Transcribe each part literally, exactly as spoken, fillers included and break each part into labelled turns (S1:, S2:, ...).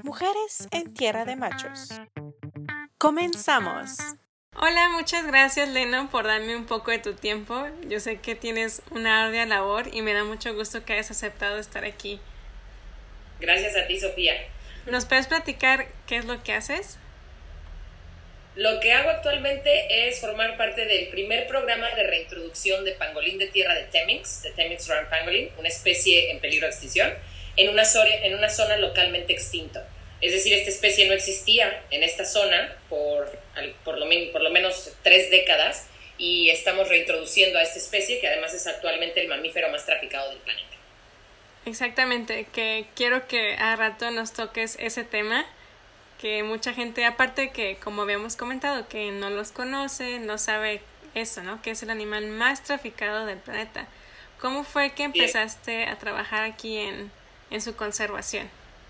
S1: Mujeres en Tierra de Machos. ¡Comenzamos!
S2: Hola, muchas gracias, Leno, por darme un poco de tu tiempo. Yo sé que tienes una ardua labor y me da mucho gusto que hayas aceptado estar aquí.
S3: Gracias a ti, Sofía.
S2: ¿Nos puedes platicar qué es lo que haces?
S3: Lo que hago actualmente es formar parte del primer programa de reintroducción de pangolín de tierra de Temminck's, de Temminck's Round Pangolin, una especie en peligro de extinción, en una, zona, en una zona localmente extinto. Es decir, esta especie no existía en esta zona por, por, lo, por lo menos tres décadas y estamos reintroduciendo a esta especie, que además es actualmente el mamífero más traficado del planeta.
S2: Exactamente, que quiero que a rato nos toques ese tema, que mucha gente, aparte que, como habíamos comentado, que no los conoce, no sabe eso, ¿no? Que es el animal más traficado del planeta. ¿Cómo fue que empezaste a trabajar aquí en, en su conservación?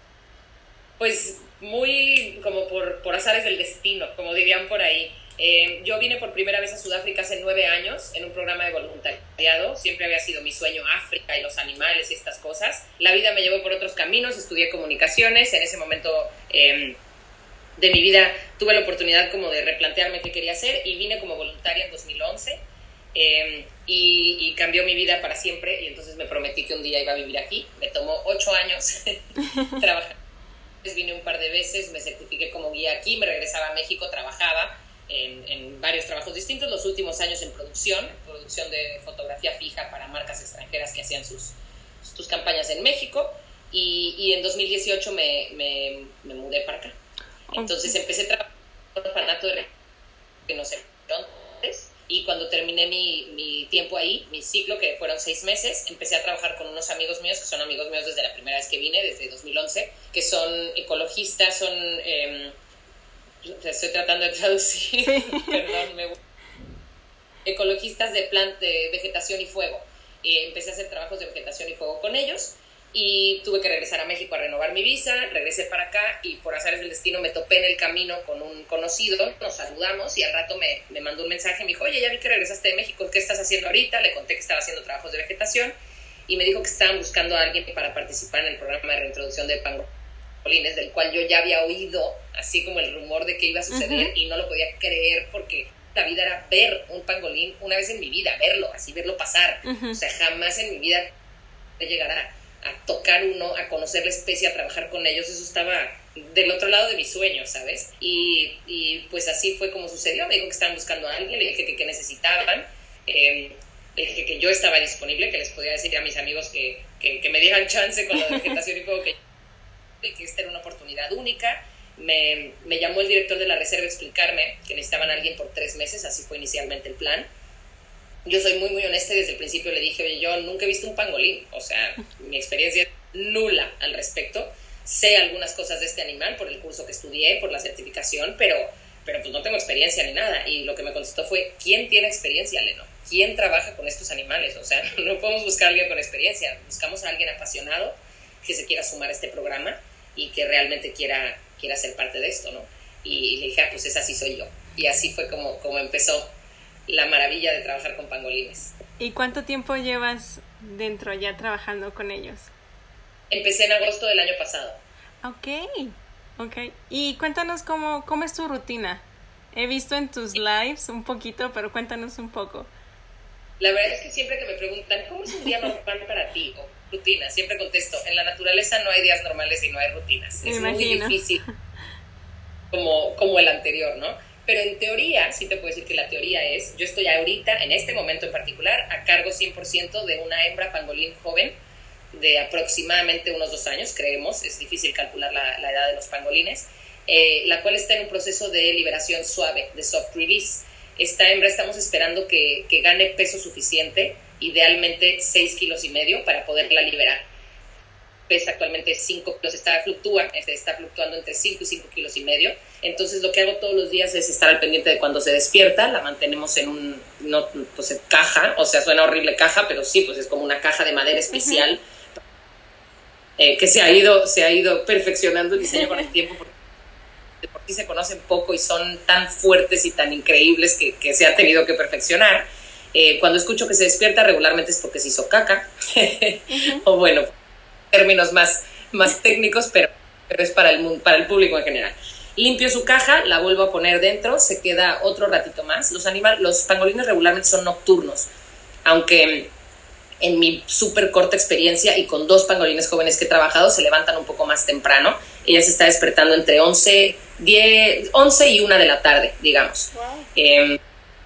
S3: Pues muy como por, por azares del destino, como dirían por ahí. Eh, yo vine por primera vez a Sudáfrica hace nueve años en un programa de voluntariado. Siempre había sido mi sueño África y los animales y estas cosas. La vida me llevó por otros caminos, estudié comunicaciones. En ese momento eh, de mi vida tuve la oportunidad como de replantearme qué quería hacer y vine como voluntaria en dos mil once eh, y, y cambió mi vida para siempre. Y entonces me prometí que un día iba a vivir aquí. Me tomó ocho años trabajar. Vine un par de veces, me certifiqué como guía aquí, me regresaba a México, trabajaba en, en varios trabajos distintos, los últimos años en producción, producción de fotografía fija para marcas extranjeras que hacían sus, sus campañas en México, y, y en dos mil dieciocho me, me, me mudé para acá. Entonces empecé a trabajar en un orfanato de rinocerontes, y cuando terminé mi, mi tiempo ahí, mi ciclo, que fueron seis meses, empecé a trabajar con unos amigos míos, que son amigos míos desde la primera vez que vine, desde dos mil once, que son ecologistas, son... Eh, estoy tratando de traducir, sí. Perdón, me... ecologistas de, plant, de vegetación y fuego. Eh, empecé a hacer trabajos de vegetación y fuego con ellos, y tuve que regresar a México a renovar mi visa, regresé para acá y por azares del destino me topé en el camino con un conocido, nos saludamos y al rato me, me mandó un mensaje, me dijo, oye, ya vi que regresaste de México, ¿qué estás haciendo ahorita? Le conté que estaba haciendo trabajos de vegetación y me dijo que estaban buscando a alguien para participar en el programa de reintroducción de pangolines, del cual yo ya había oído así como el rumor de que iba a suceder. Uh-huh. Y no lo podía creer porque la vida era ver un pangolín una vez en mi vida, verlo, así verlo pasar. Uh-huh. O sea, jamás en mi vida llegará a tocar uno, a conocer la especie, a trabajar con ellos. Eso estaba del otro lado de mi sueño, ¿sabes? Y, y pues así fue como sucedió. Me dijo que estaban buscando a alguien, le dije que, que necesitaban, eh, le dije que yo estaba disponible, que les podía decir a mis amigos que, que, que me dieran chance con la vegetación y fuego, que, que esta era una oportunidad única. Me, me llamó el director de la reserva a explicarme que necesitaban a alguien por tres meses, así fue inicialmente el plan. Yo soy muy, muy honesta y desde el principio le dije, oye, yo nunca he visto un pangolín, o sea, mi experiencia es nula al respecto. Sé algunas cosas de este animal por el curso que estudié, por la certificación, pero, pero pues no tengo experiencia ni nada. Y lo que me contestó fue, ¿quién tiene experiencia, Leno? ¿Quién trabaja con estos animales? O sea, no podemos buscar a alguien con experiencia, buscamos a alguien apasionado que se quiera sumar a este programa y que realmente quiera, quiera ser parte de esto, ¿no? Y le dije, ah, pues esa sí soy yo. Y así fue como, como empezó la maravilla de trabajar con pangolines.
S2: ¿Y cuánto tiempo llevas dentro ya trabajando con ellos?
S3: Empecé en agosto del año pasado.
S2: Ok, ok. Y cuéntanos cómo, cómo es tu rutina. He visto en tus lives un poquito, pero cuéntanos un poco.
S3: La verdad es que siempre que me preguntan, ¿cómo es un día normal para ti? O rutina, siempre contesto, en la naturaleza no hay días normales y no hay rutinas.
S2: Me
S3: es
S2: imagino.
S3: Muy difícil como, como el anterior, ¿no? Pero en teoría, sí te puedo decir que la teoría es, yo estoy ahorita, en este momento en particular, a cargo cien por ciento de una hembra pangolín joven de aproximadamente unos dos años, creemos, es difícil calcular la, la edad de los pangolines, eh, la cual está en un proceso de liberación suave, de soft release. Esta hembra estamos esperando que, que gane peso suficiente, idealmente seis kilos y medio, para poderla liberar. Pesa actualmente cinco kilos, está, fluctúa, está fluctuando entre cinco y cinco kilos y medio. Entonces lo que hago todos los días es estar al pendiente de cuando se despierta, la mantenemos en un, no, pues caja, o sea, suena horrible caja, pero sí, pues es como una caja de madera especial, uh-huh. eh, que se ha ido, se ha ido perfeccionando el diseño con el tiempo, porque de por sí se conocen poco y son tan fuertes y tan increíbles que, que se ha tenido que perfeccionar. Eh, cuando escucho que se despierta regularmente es porque se hizo caca, uh-huh. o bueno, términos más, más técnicos, pero pero es para el, para el público en general. Limpio su caja, la vuelvo a poner dentro, se queda otro ratito más. Los, animal, los pangolines regularmente son nocturnos, aunque en mi súper corta experiencia y con dos pangolines jóvenes que he trabajado, se levantan un poco más temprano. Ella se está despertando entre once, diez, once y una de la tarde, digamos. Wow. Eh,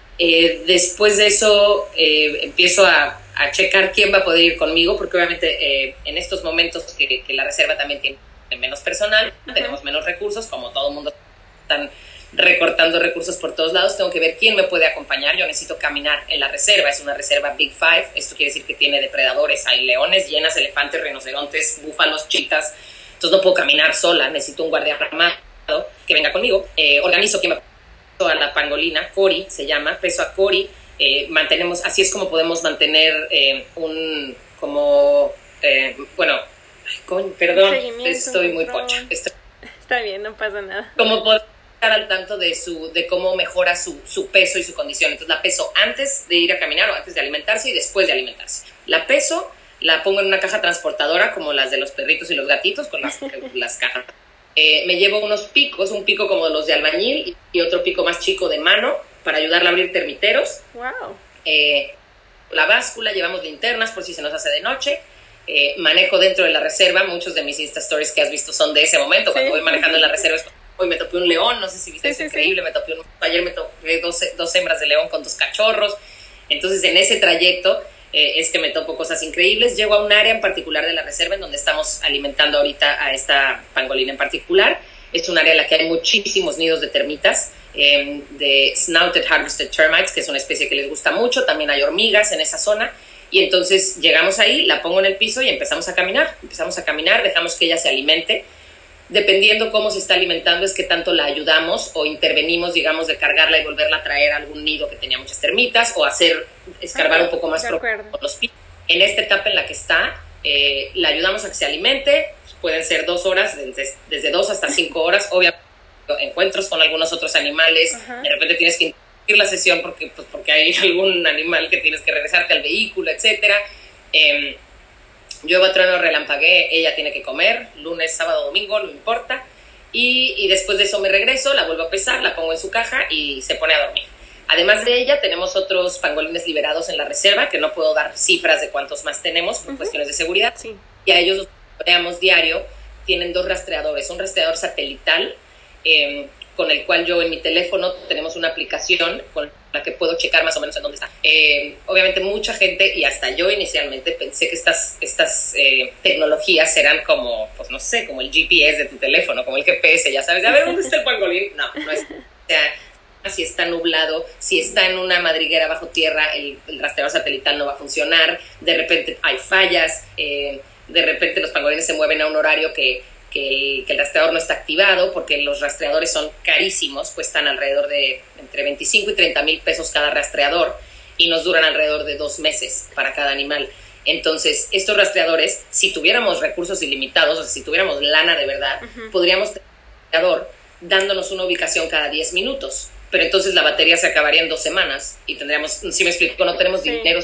S3: eh, después de eso, eh, empiezo a, a checar quién va a poder ir conmigo, porque obviamente eh, en estos momentos que, que la reserva también tiene menos personal, uh-huh. tenemos menos recursos, como todo el mundo están recortando recursos por todos lados, tengo que ver quién me puede acompañar. Yo necesito caminar en la reserva, es una reserva Big Five, esto quiere decir que tiene depredadores, hay leones, hienas, elefantes, rinocerontes, búfalos, chitas, entonces no puedo caminar sola, necesito un guardia armado que venga conmigo. Eh, organizo quién me a la pangolina, Cori se llama, peso a Cori, eh, mantenemos, así es como podemos mantener eh, un, como, eh, bueno, Coño, perdón, estoy muy pocha. Estoy...
S2: Está bien, no pasa nada.
S3: Como poder estar al tanto de, su, de cómo mejora su, su peso y su condición. Entonces la peso antes de ir a caminar o antes de alimentarse y después de alimentarse. La peso, la pongo en una caja transportadora como las de los perritos y los gatitos con las, las cajas. Eh, me llevo unos picos, un pico como los de albañil y otro pico más chico de mano para ayudarla a abrir termiteros.
S2: Wow.
S3: Eh, la báscula, llevamos linternas por si se nos hace de noche. Eh, manejo dentro de la reserva, muchos de mis Insta Stories que has visto son de ese momento, cuando sí. voy manejando en la reserva. Hoy me topé un león, no sé si viste, sí, es sí, increíble, sí. me topé un, ayer me topé dos, dos hembras de león con dos cachorros. Entonces en ese trayecto eh, es que me topo cosas increíbles. Llego a un área en particular de la reserva en donde estamos alimentando ahorita a esta pangolina en particular. Es un área en la que hay muchísimos nidos de termitas, eh, de Snouted Harvested Termites, que es una especie que les gusta mucho. También hay hormigas en esa zona. Y entonces llegamos ahí, la pongo en el piso y empezamos a caminar. Empezamos a caminar, dejamos que ella se alimente. Dependiendo cómo se está alimentando es que tanto la ayudamos o intervenimos, digamos, de cargarla y volverla a traer a algún nido que tenía muchas termitas o hacer, escarbar ah, un poco más profundo con los pisos. En esta etapa en la que está, eh, la ayudamos a que se alimente. Pueden ser dos horas, desde, desde dos hasta cinco horas. Obviamente, encuentros con algunos otros animales. Ajá. De repente tienes que la sesión porque, pues, porque hay algún animal que tienes que regresarte al vehículo, etcétera. Eh, llueva, trueno, relampaguee, ella tiene que comer, lunes, sábado, domingo, no importa. Y, y después de eso me regreso, la vuelvo a pesar, la pongo en su caja y se pone a dormir. Además de ella, tenemos otros pangolines liberados en la reserva, que no puedo dar cifras de cuántos más tenemos por uh-huh. cuestiones de seguridad. Sí. Y a ellos los veamos diario. Tienen dos rastreadores, un rastreador satelital, eh, con el cual yo en mi teléfono tenemos una aplicación con la que puedo checar más o menos en dónde está. Eh, obviamente mucha gente, y hasta yo inicialmente, pensé que estas, estas eh, tecnologías eran como, pues no sé, como el G P S de tu teléfono, como el G P S, ya sabes, a ver, ¿dónde está el pangolín? No, no es. O sea, si está nublado, si está en una madriguera bajo tierra, el, el rastreador satelital no va a funcionar, de repente hay fallas, eh, de repente los pangolines se mueven a un horario que Que el, que el rastreador no está activado, porque los rastreadores son carísimos, cuestan alrededor de entre veinticinco y treinta mil pesos cada rastreador y nos duran alrededor de dos meses para cada animal. Entonces, estos rastreadores, si tuviéramos recursos ilimitados, o sea, si tuviéramos lana de verdad, uh-huh. podríamos tener un rastreador dándonos una ubicación cada diez minutos, pero entonces la batería se acabaría en dos semanas y tendríamos, si me explico, no tenemos sí. dinero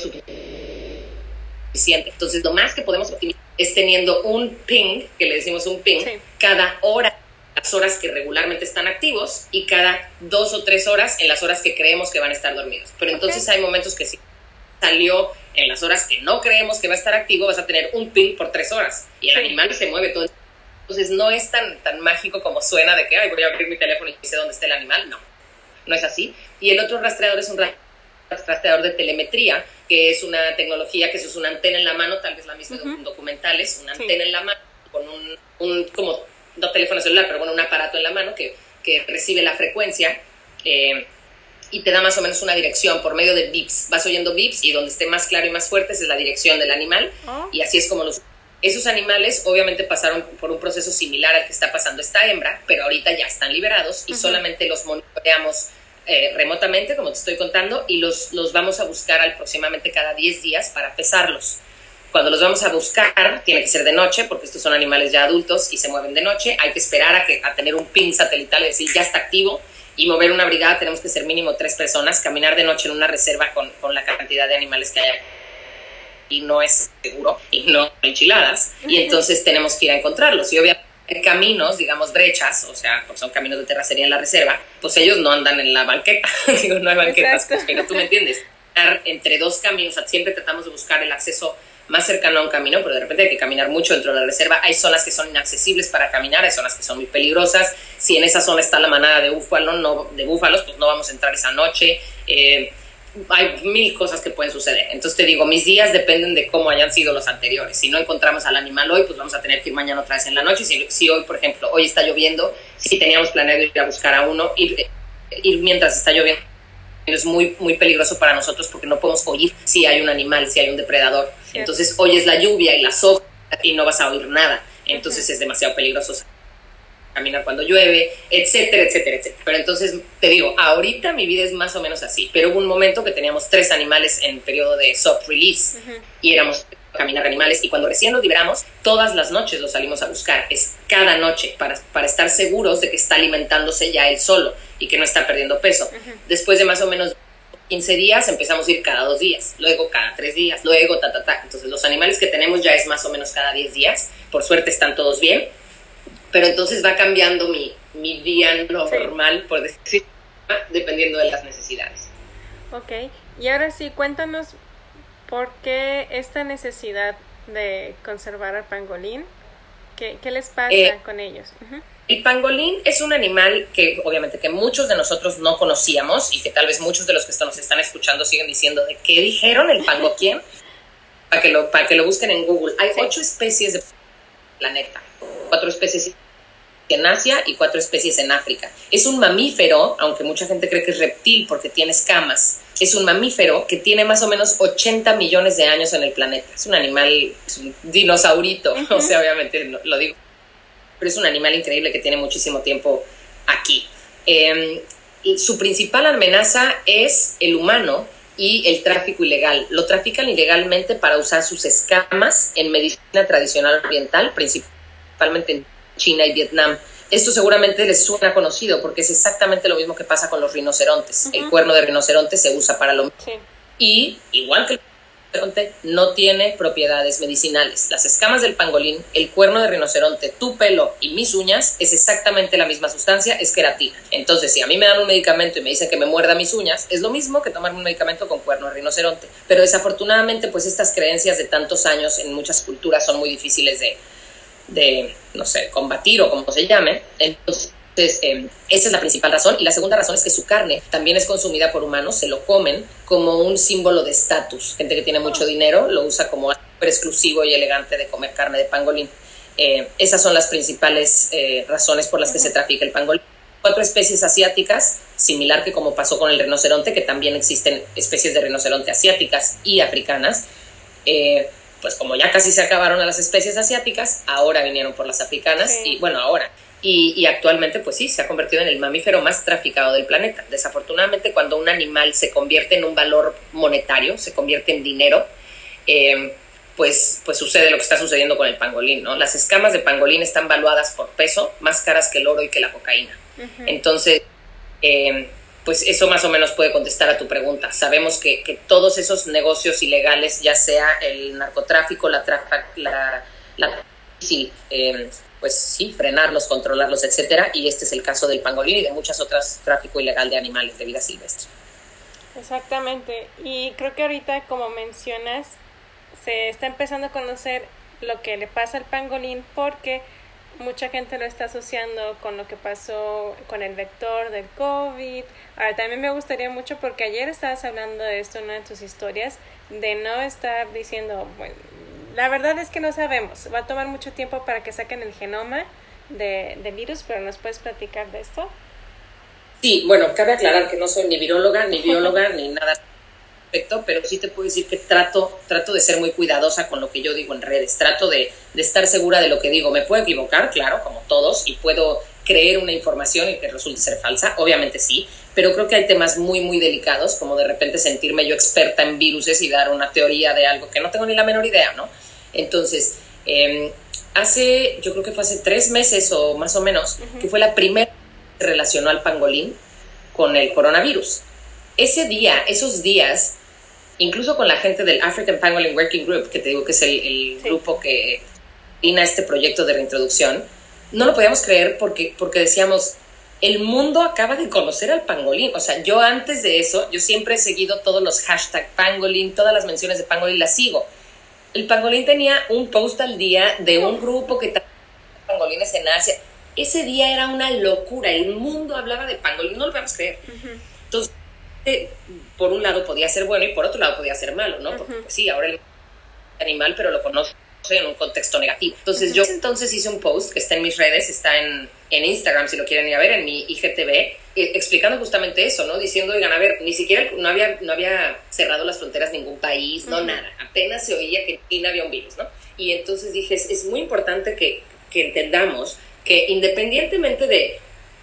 S3: suficiente. Entonces, lo más que podemos optimizar es teniendo un ping, que le decimos un ping, sí. cada hora, las horas que regularmente están activos y cada dos o tres horas en las horas que creemos que van a estar dormidos. Pero entonces okay. hay momentos que si salió en las horas que no creemos que va a estar activo, vas a tener un ping por tres horas y el sí. animal se mueve todo el tiempo. Entonces no es tan, tan mágico como suena de que ay, voy a abrir mi teléfono y sé dónde está el animal. No, no es así. Y el otro rastreador es un rastreador de telemetría, que es una tecnología que se usa una antena en la mano, tal vez la misma uh-huh. de documentales, una sí. antena en la mano con un, un, como no teléfono celular, pero bueno, un aparato en la mano que, que recibe la frecuencia eh, y te da más o menos una dirección por medio de beeps. Vas oyendo beeps y donde esté más claro y más fuerte es la dirección del animal oh. y así es como los... Esos animales obviamente pasaron por un proceso similar al que está pasando esta hembra, pero ahorita ya están liberados y uh-huh. solamente los monitoreamos Eh, remotamente, como te estoy contando, y los, los vamos a buscar aproximadamente cada diez días para pesarlos. Cuando los vamos a buscar, tiene que ser de noche, porque estos son animales ya adultos y se mueven de noche. Hay que esperar a, que, a tener un ping satelital, es decir, ya está activo, y mover una brigada. Tenemos que ser mínimo tres personas, caminar de noche en una reserva con, con la cantidad de animales que hay y no es seguro, y no hay enchiladas, y entonces tenemos que ir a encontrarlos. Y obviamente caminos, digamos brechas, o sea, porque son caminos de terracería en la reserva, pues ellos no andan en la banqueta, digo, no hay banquetas, pues, pero tú me entiendes, entre dos caminos, o sea, siempre tratamos de buscar el acceso más cercano a un camino, pero de repente hay que caminar mucho dentro de la reserva. Hay zonas que son inaccesibles para caminar, hay zonas que son muy peligrosas. Si en esa zona está la manada de búfalo, no, de búfalos, pues no vamos a entrar esa noche. Eh, hay mil cosas que pueden suceder. Entonces te digo, mis días dependen de cómo hayan sido los anteriores. Si no encontramos al animal hoy, pues vamos a tener que ir mañana otra vez en la noche. Si, si hoy, por ejemplo, hoy está lloviendo, si teníamos planeado ir a buscar a uno, ir, ir mientras está lloviendo, es muy, muy peligroso para nosotros porque no podemos oír si hay un animal, si hay un depredador. Cierto. Entonces oyes la lluvia y las hojas y no vas a oír nada. Entonces uh-huh. es demasiado peligroso caminar cuando llueve, etcétera, etcétera, etcétera. Pero entonces te digo, ahorita mi vida es más o menos así. Pero hubo un momento que teníamos tres animales en periodo de soft release uh-huh. y éramos a caminar animales. Y cuando recién los liberamos, todas las noches los salimos a buscar. Es cada noche para, para estar seguros de que está alimentándose ya él solo y que no está perdiendo peso. Uh-huh. Después de más o menos quince días empezamos a ir cada dos días, luego cada tres días, luego ta, ta, ta. Entonces los animales que tenemos ya es más o menos cada diez días. Por suerte están todos bien, pero entonces va cambiando mi, mi día normal, sí. por decir, dependiendo de las necesidades.
S2: Ok, y ahora sí, cuéntanos por qué esta necesidad de conservar al pangolín. ¿Qué, qué les pasa eh, con ellos? Uh-huh.
S3: El pangolín es un animal que obviamente que muchos de nosotros no conocíamos y que tal vez muchos de los que nos están escuchando siguen diciendo ¿de qué dijeron el pango quién? Para que lo, para que lo busquen en Google. Hay sí. ocho especies de planeta, cuatro especies en Asia y cuatro especies en África. Es un mamífero, aunque mucha gente cree que es reptil porque tiene escamas. Es un mamífero que tiene más o menos ochenta millones de años en el planeta. Es un animal, es un dinosaurito, uh-huh. o sea, obviamente lo, lo digo, pero es un animal increíble que tiene muchísimo tiempo aquí. Eh, su principal amenaza es el humano y el tráfico ilegal. Lo trafican ilegalmente para usar sus escamas en medicina tradicional oriental, principalmente en China y Vietnam. Esto seguramente les suena conocido porque es exactamente lo mismo que pasa con los rinocerontes. Uh-huh. El cuerno de rinoceronte se usa para lo mismo. Sí. Y igual que el rinoceronte, no tiene propiedades medicinales. Las escamas del pangolín, el cuerno de rinoceronte, tu pelo y mis uñas es exactamente la misma sustancia, es queratina. Entonces, si a mí me dan un medicamento y me dicen que me muerda mis uñas, es lo mismo que tomar un medicamento con cuerno de rinoceronte. Pero desafortunadamente, pues estas creencias de tantos años en muchas culturas son muy difíciles de de, no sé, combatir o como se llame. Entonces, eh, esa es la principal razón. Y la segunda razón es que su carne también es consumida por humanos, se lo comen como un símbolo de estatus. Gente que tiene mucho dinero lo usa como súper exclusivo y elegante de comer carne de pangolín. Eh, esas son las principales eh, razones por las que se trafica el pangolín. Cuatro especies asiáticas, similar que como pasó con el rinoceronte, que también existen especies de rinoceronte asiáticas y africanas. Eh, pues como ya casi se acabaron a las especies asiáticas, ahora vinieron por las africanas, sí. y bueno, ahora. Y, y actualmente, pues sí, se ha convertido en el mamífero más traficado del planeta. Desafortunadamente, cuando un animal se convierte en un valor monetario, se convierte en dinero, eh, pues, pues sucede lo que está sucediendo con el pangolín, ¿no? Las escamas de pangolín están valuadas por peso, más caras que el oro y que la cocaína. Uh-huh. Entonces, eh, pues eso más o menos puede contestar a tu pregunta. Sabemos que, que todos esos negocios ilegales, ya sea el narcotráfico, la trafa, la, la sí, eh, pues sí, frenarlos, controlarlos, etcétera. Y este es el caso del pangolín y de muchas otras tráfico ilegal de animales de vida silvestre.
S2: Exactamente. Y creo que ahorita, como mencionas, se está empezando a conocer lo que le pasa al pangolín porque mucha gente lo está asociando con lo que pasó con el vector del COVID. Ahora, también me gustaría mucho, porque ayer estabas hablando de esto en una de tus historias, de no estar diciendo, bueno, la verdad es que no sabemos, va a tomar mucho tiempo para que saquen el genoma de, de virus, pero ¿nos puedes platicar de esto?
S3: Sí, bueno, cabe aclarar que no soy ni viróloga, ni bióloga, ni nada respecto, pero sí te puedo decir que trato, trato de ser muy cuidadosa con lo que yo digo en redes, trato de, de estar segura de lo que digo. Me puedo equivocar, claro, como todos, y puedo creer una información y que resulte ser falsa, obviamente sí, pero creo que hay temas muy, muy delicados, como de repente sentirme yo experta en viruses y dar una teoría de algo que no tengo ni la menor idea, ¿no? Entonces, eh, hace, yo creo que fue hace tres meses o más o menos, uh-huh. que fue la primera que se relacionó al pangolín con el coronavirus. Ese día, esos días, incluso con la gente del African Pangolin Working Group, que te digo que es el, el sí. grupo que coordina este proyecto de reintroducción, no lo podíamos creer porque, porque decíamos, el mundo acaba de conocer al pangolín. O sea, yo antes de eso, yo siempre he seguido todos los hashtag pangolín, todas las menciones de pangolín las sigo. El pangolín tenía un post al día de un grupo que tenía pangolines en Asia. Ese día era una locura, el mundo hablaba de pangolín, no lo podíamos creer. Uh-huh. Entonces, eh, por un lado podía ser bueno y por otro lado podía ser malo, ¿no? Uh-huh. Porque pues, sí, ahora el animal, pero lo conoce en un contexto negativo. Entonces, uh-huh. yo entonces hice un post que está en mis redes, está en, en Instagram, si lo quieren ir a ver, en mi I G T V, eh, explicando justamente eso, ¿no? Diciendo, oigan, a ver, ni siquiera no había, no había cerrado las fronteras ningún país, no, uh-huh. nada. Apenas se oía que en China había un virus, ¿no? Y entonces dije, es, es muy importante que, que entendamos que independientemente de,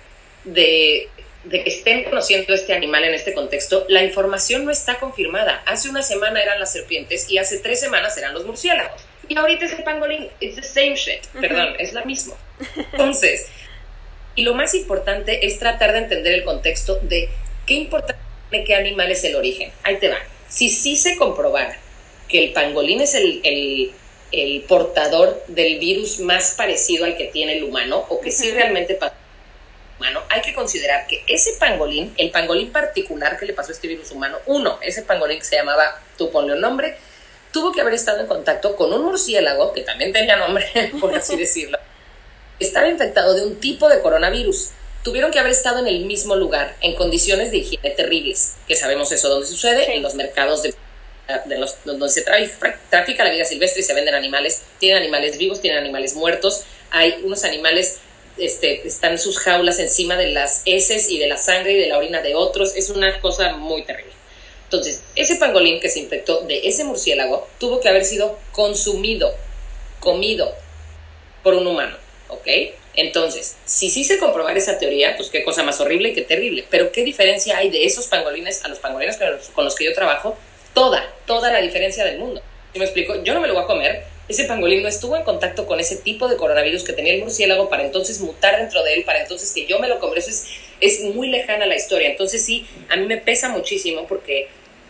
S3: de, de que estén conociendo este animal en este contexto, la información no está confirmada. Hace una semana eran las serpientes y hace tres semanas eran los murciélagos. Y ahorita es el pangolín. It's the same shit. Uh-huh. Perdón, es la misma. Entonces, y lo más importante es tratar de entender el contexto de qué importante de qué animal es el origen. Ahí te va. Si sí se comprobara que el pangolín es el... el el portador del virus más parecido al que tiene el humano, o que sí realmente pasó al humano, hay que considerar que ese pangolín, el pangolín particular que le pasó a este virus humano, uno, ese pangolín que se llamaba, tú ponle un nombre, tuvo que haber estado en contacto con un murciélago, que también tenía nombre, por así decirlo, estaba infectado de un tipo de coronavirus. Tuvieron que haber estado en el mismo lugar, en condiciones de higiene terribles, que sabemos eso dónde sucede, sí. En los mercados de de los, donde se trafica, trafica la vida silvestre y se venden animales, tienen animales vivos, tienen animales muertos, hay unos animales, este, están en sus jaulas encima de las heces y de la sangre y de la orina de otros, es una cosa muy terrible. Entonces, ese pangolín que se infectó de ese murciélago tuvo que haber sido consumido, comido por un humano, ¿ok? Entonces, si sí se comprobara esa teoría, pues qué cosa más horrible y qué terrible, pero ¿qué diferencia hay de esos pangolines a los pangolines con los que yo trabajo? Toda, toda la diferencia del mundo. ¿Sí me explico? Yo no me lo voy a comer. Ese pangolín no estuvo en contacto con ese tipo de coronavirus que tenía el murciélago para entonces mutar dentro de él, para entonces que yo me lo comiera. Eso es, es muy lejana la historia. Entonces sí, a mí me pesa muchísimo porque,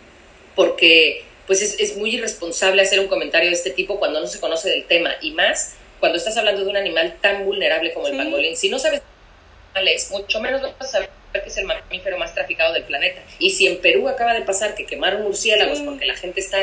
S3: porque pues es, es muy irresponsable hacer un comentario de este tipo cuando no se conoce del tema. Y más cuando estás hablando de un animal tan vulnerable como el sí. pangolín. Si no sabes qué animal es, mucho menos vas a saber que es el mamífero más traficado del planeta. Y si en Perú acaba de pasar que quemaron murciélagos sí. porque la gente está,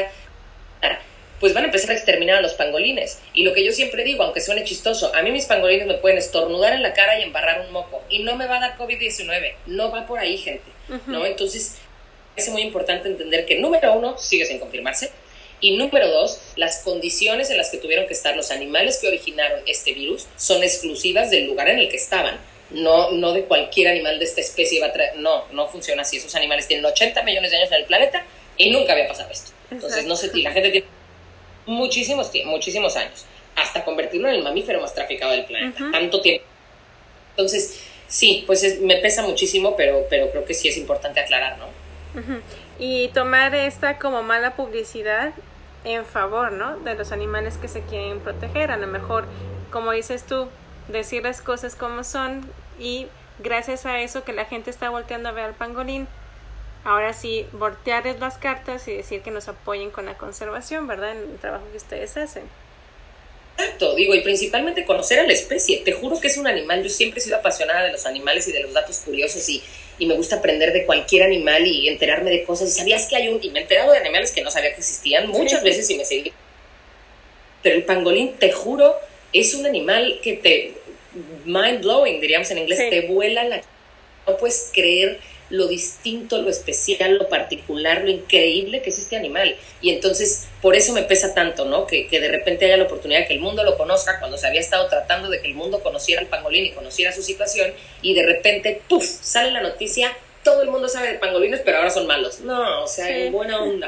S3: pues van a empezar a exterminar a los pangolines. Y lo que yo siempre digo, aunque suene chistoso, a mí mis pangolines me pueden estornudar en la cara y embarrar un moco y no me va a dar covid diecinueve. No va por ahí, gente. Uh-huh. ¿No? Entonces es muy importante entender que número uno, sigue sin confirmarse, y número dos, las condiciones en las que tuvieron que estar los animales que originaron este virus son exclusivas del lugar en el que estaban. No, no de cualquier animal de esta especie va a traer, no, no funciona así. Esos animales tienen ochenta millones de años en el planeta y nunca había pasado esto. Entonces, no sé, la gente tiene muchísimos, muchísimos años hasta convertirlo en el mamífero más traficado del planeta. Uh-huh. Tanto tiempo. Entonces, sí, pues es, me pesa muchísimo, pero, pero creo que sí es importante aclarar, ¿no?
S2: Uh-huh. Y tomar esta como mala publicidad en favor, ¿no? De los animales que se quieren proteger. A lo mejor, como dices tú, decir las cosas como son, y gracias a eso que la gente está volteando a ver al pangolín, ahora sí voltearles las cartas y decir que nos apoyen con la conservación, ¿verdad? En el trabajo que ustedes hacen.
S3: Exacto, digo, y principalmente conocer a la especie. Te juro que es un animal, yo siempre he sido apasionada de los animales y de los datos curiosos, y, y me gusta aprender de cualquier animal y enterarme de cosas. Y sabías que hay un, y me he enterado de animales que no sabía que existían muchas sí. veces y me seguí. Pero el pangolín, te juro, es un animal que te, mind blowing, diríamos en inglés, sí. te vuela la... No puedes creer lo distinto, lo especial, lo particular, lo increíble que es este animal. Y entonces, por eso me pesa tanto, ¿no? Que, que de repente haya la oportunidad de que el mundo lo conozca, cuando se había estado tratando de que el mundo conociera al pangolín y conociera su situación, y de repente, ¡puf!, sale la noticia, todo el mundo sabe de pangolines, pero ahora son malos. No, o sea, sí. en buena onda.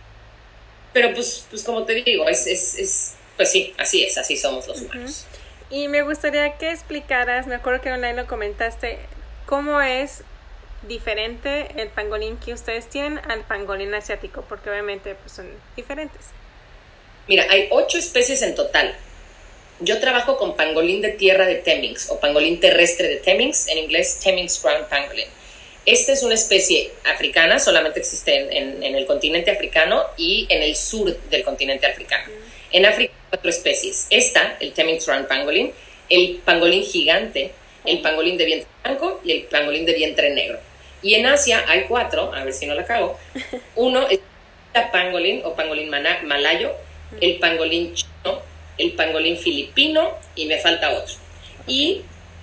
S3: Pero pues, pues como te digo, es, es, es, pues sí, así es, así somos los humanos.
S2: Uh-huh. Y me gustaría que explicaras, me acuerdo que online lo comentaste, cómo es diferente el pangolín que ustedes tienen al pangolín asiático, porque obviamente pues son diferentes.
S3: Mira, hay ocho especies en total. Yo trabajo con pangolín de tierra de Temminck's o pangolín terrestre de Temminck's, en inglés Temminck's Ground Pangolin. Esta es una especie africana, solamente existe en, en, en el continente africano y en el sur del continente africano. Mm. En África hay cuatro especies. Esta, el Temminck's Ground Pangolin, el pangolín gigante, el pangolín de vientre blanco y el pangolín de vientre negro. Y en Asia hay cuatro, a ver si no la cago. Uno es el pangolín o pangolín malayo, el pangolín chino, el pangolín filipino y me falta otro. Y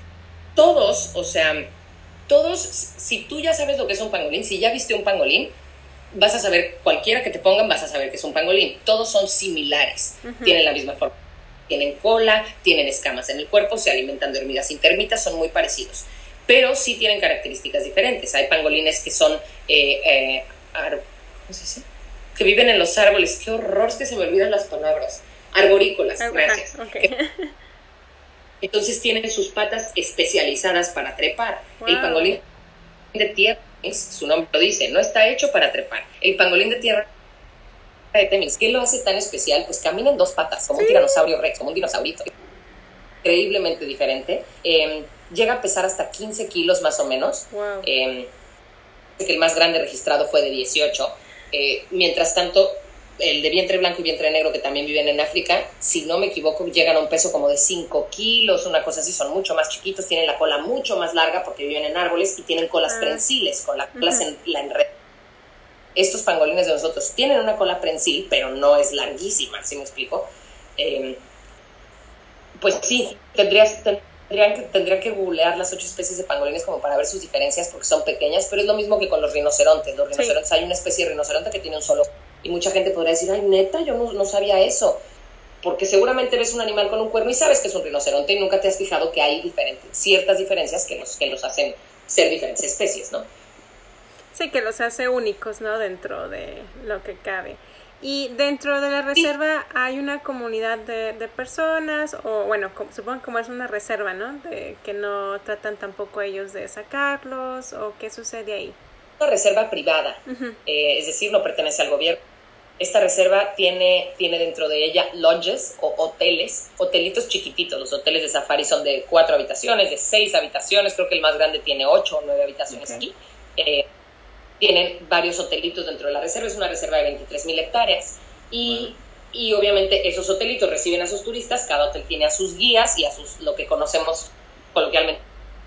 S3: todos, o sea, todos, si tú ya sabes lo que es un pangolín, si ya viste un pangolín, vas a saber, cualquiera que te pongan, vas a saber que es un pangolín. Todos son similares, uh-huh. Tienen la misma forma. Tienen cola, tienen escamas en el cuerpo, se alimentan de hormigas intermitas, son muy parecidos. Pero sí tienen características diferentes. Hay pangolines que son, eh, eh, ar- ¿cómo se dice? Que viven en los árboles. Qué horror, es que se me olvidan las palabras. Arborícolas, ah, gracias. Okay. Entonces tienen sus patas especializadas para trepar. Wow. El pangolín de tierra, su nombre lo dice, no está hecho para trepar. El pangolín de tierra de Temis, ¿qué lo hace tan especial? Pues camina en dos patas, como sí. Un tiranosaurio rex, como un dinosaurito. Increíblemente diferente. Eh, llega a pesar hasta quince kilos más o menos. Wow. Eh, el más grande registrado fue de dieciocho. Eh, mientras tanto, el de vientre blanco y vientre negro, que también viven en África, si no me equivoco, llegan a un peso como de cinco kilos, una cosa así, son mucho más chiquitos, tienen la cola mucho más larga porque viven en árboles y tienen colas ah. prensiles, con la cola uh-huh. en, la enred. Estos pangolines de nosotros tienen una cola prensil, pero no es larguísima, ¿sí me explico? Eh, pues sí, tendrías, tendrían que, tendría que googlear las ocho especies de pangolines como para ver sus diferencias porque son pequeñas, pero es lo mismo que con los rinocerontes. Los rinocerontes, sí. Hay una especie de rinoceronte que tiene un solo. Y mucha gente podría decir, ay, neta, yo no, no sabía eso. Porque seguramente ves un animal con un cuerno y sabes que es un rinoceronte y nunca te has fijado que hay diferentes, ciertas diferencias que los, que los hacen ser diferentes especies, ¿no?
S2: Sí, que los hace únicos, ¿no? Dentro de lo que cabe. Y dentro de la reserva sí. Hay una comunidad de, de personas, o bueno, como, supongo como es una reserva, ¿no? De, que no tratan tampoco ellos de sacarlos, o qué sucede ahí.
S3: Una reserva privada, uh-huh. eh, es decir, no pertenece al gobierno. Esta reserva tiene, tiene dentro de ella lodges o hoteles, hotelitos chiquititos. Los hoteles de safari son de cuatro habitaciones, de seis habitaciones, creo que el más grande tiene ocho o nueve habitaciones okay. Aquí. Eh, tienen varios hotelitos dentro de la reserva, es una reserva de veintitrés mil hectáreas y, wow. Y obviamente esos hotelitos reciben a sus turistas, cada hotel tiene a sus guías y a sus, lo que conocemos coloquialmente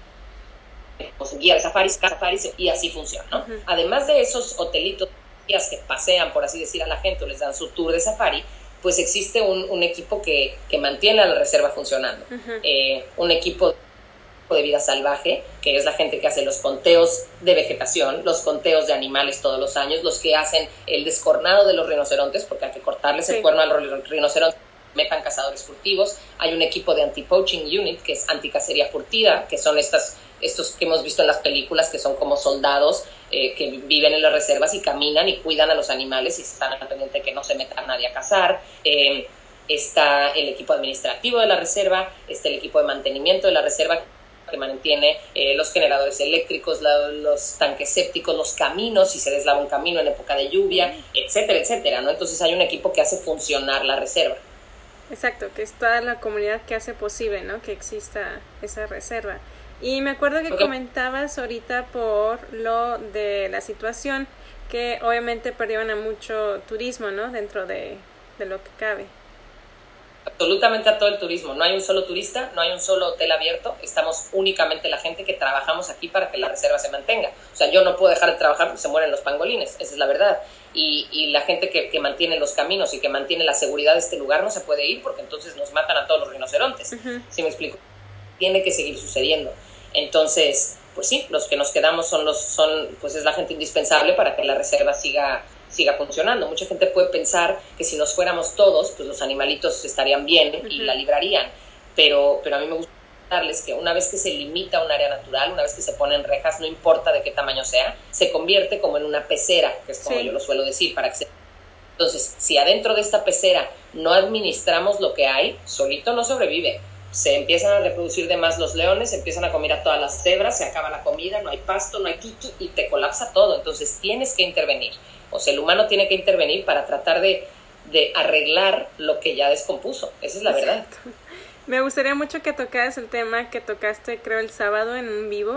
S3: como su guía de safaris, safaris y así funciona, ¿no? Uh-huh. Además de esos hotelitos que pasean, por así decir, a la gente o les dan su tour de safari, pues existe un, un equipo que, que mantiene a la reserva funcionando. Uh-huh. Eh, un equipo de vida salvaje, que es la gente que hace los conteos de vegetación, los conteos de animales todos los años, los que hacen el descornado de los rinocerontes, porque hay que cortarles sí. el cuerno al rinoceronte, metan cazadores furtivos. Hay un equipo de anti-poaching unit, que es anticacería furtiva, que son estas, estos que hemos visto en las películas, que son como soldados eh, que viven en las reservas y caminan y cuidan a los animales y están al pendiente de que no se meta nadie a cazar. Eh, está el equipo administrativo de la reserva, está el equipo de mantenimiento de la reserva, que mantiene eh, los generadores eléctricos, la, los tanques sépticos, los caminos, si se deslava un camino en época de lluvia, etcétera, etcétera, ¿no? Entonces hay un equipo que hace funcionar la reserva.
S2: Exacto, que es toda la comunidad que hace posible, ¿no? Que exista esa reserva. Y me acuerdo que okay. comentabas ahorita por lo de la situación, que obviamente perdieron a mucho turismo, ¿no? Dentro de, de lo que cabe.
S3: Absolutamente a todo el turismo. No hay un solo turista, no hay un solo hotel abierto. Estamos únicamente la gente que trabajamos aquí para que la reserva se mantenga. O sea, yo no puedo dejar de trabajar porque se mueren los pangolines. Esa es la verdad. Y, y la gente que, que mantiene los caminos y que mantiene la seguridad de este lugar no se puede ir porque entonces nos matan a todos los rinocerontes. Uh-huh. ¿Sí me explico? Tiene que seguir sucediendo. Entonces, pues sí, los que nos quedamos son los, son, pues es la gente indispensable para que la reserva siga siga funcionando. Mucha gente puede pensar que si nos fuéramos todos, pues los animalitos estarían bien uh-huh. y la librarían, pero, pero a mí me gusta darles que una vez que se limita un área natural, una vez que se ponen rejas, no importa de qué tamaño sea, se convierte como en una pecera, que es como sí. yo lo suelo decir, para que se... Entonces, si adentro de esta pecera no administramos lo que hay, solito no sobrevive. Se empiezan a reproducir de más los leones, se empiezan a comer a todas las cebras, se acaba la comida, no hay pasto, no hay tutu y te colapsa todo. Entonces tienes que intervenir. O sea, el humano tiene que intervenir para tratar de, de arreglar lo que ya descompuso. Esa es la verdad.
S2: Exacto. Me gustaría mucho que tocaras el tema que tocaste, creo, el sábado en un vivo,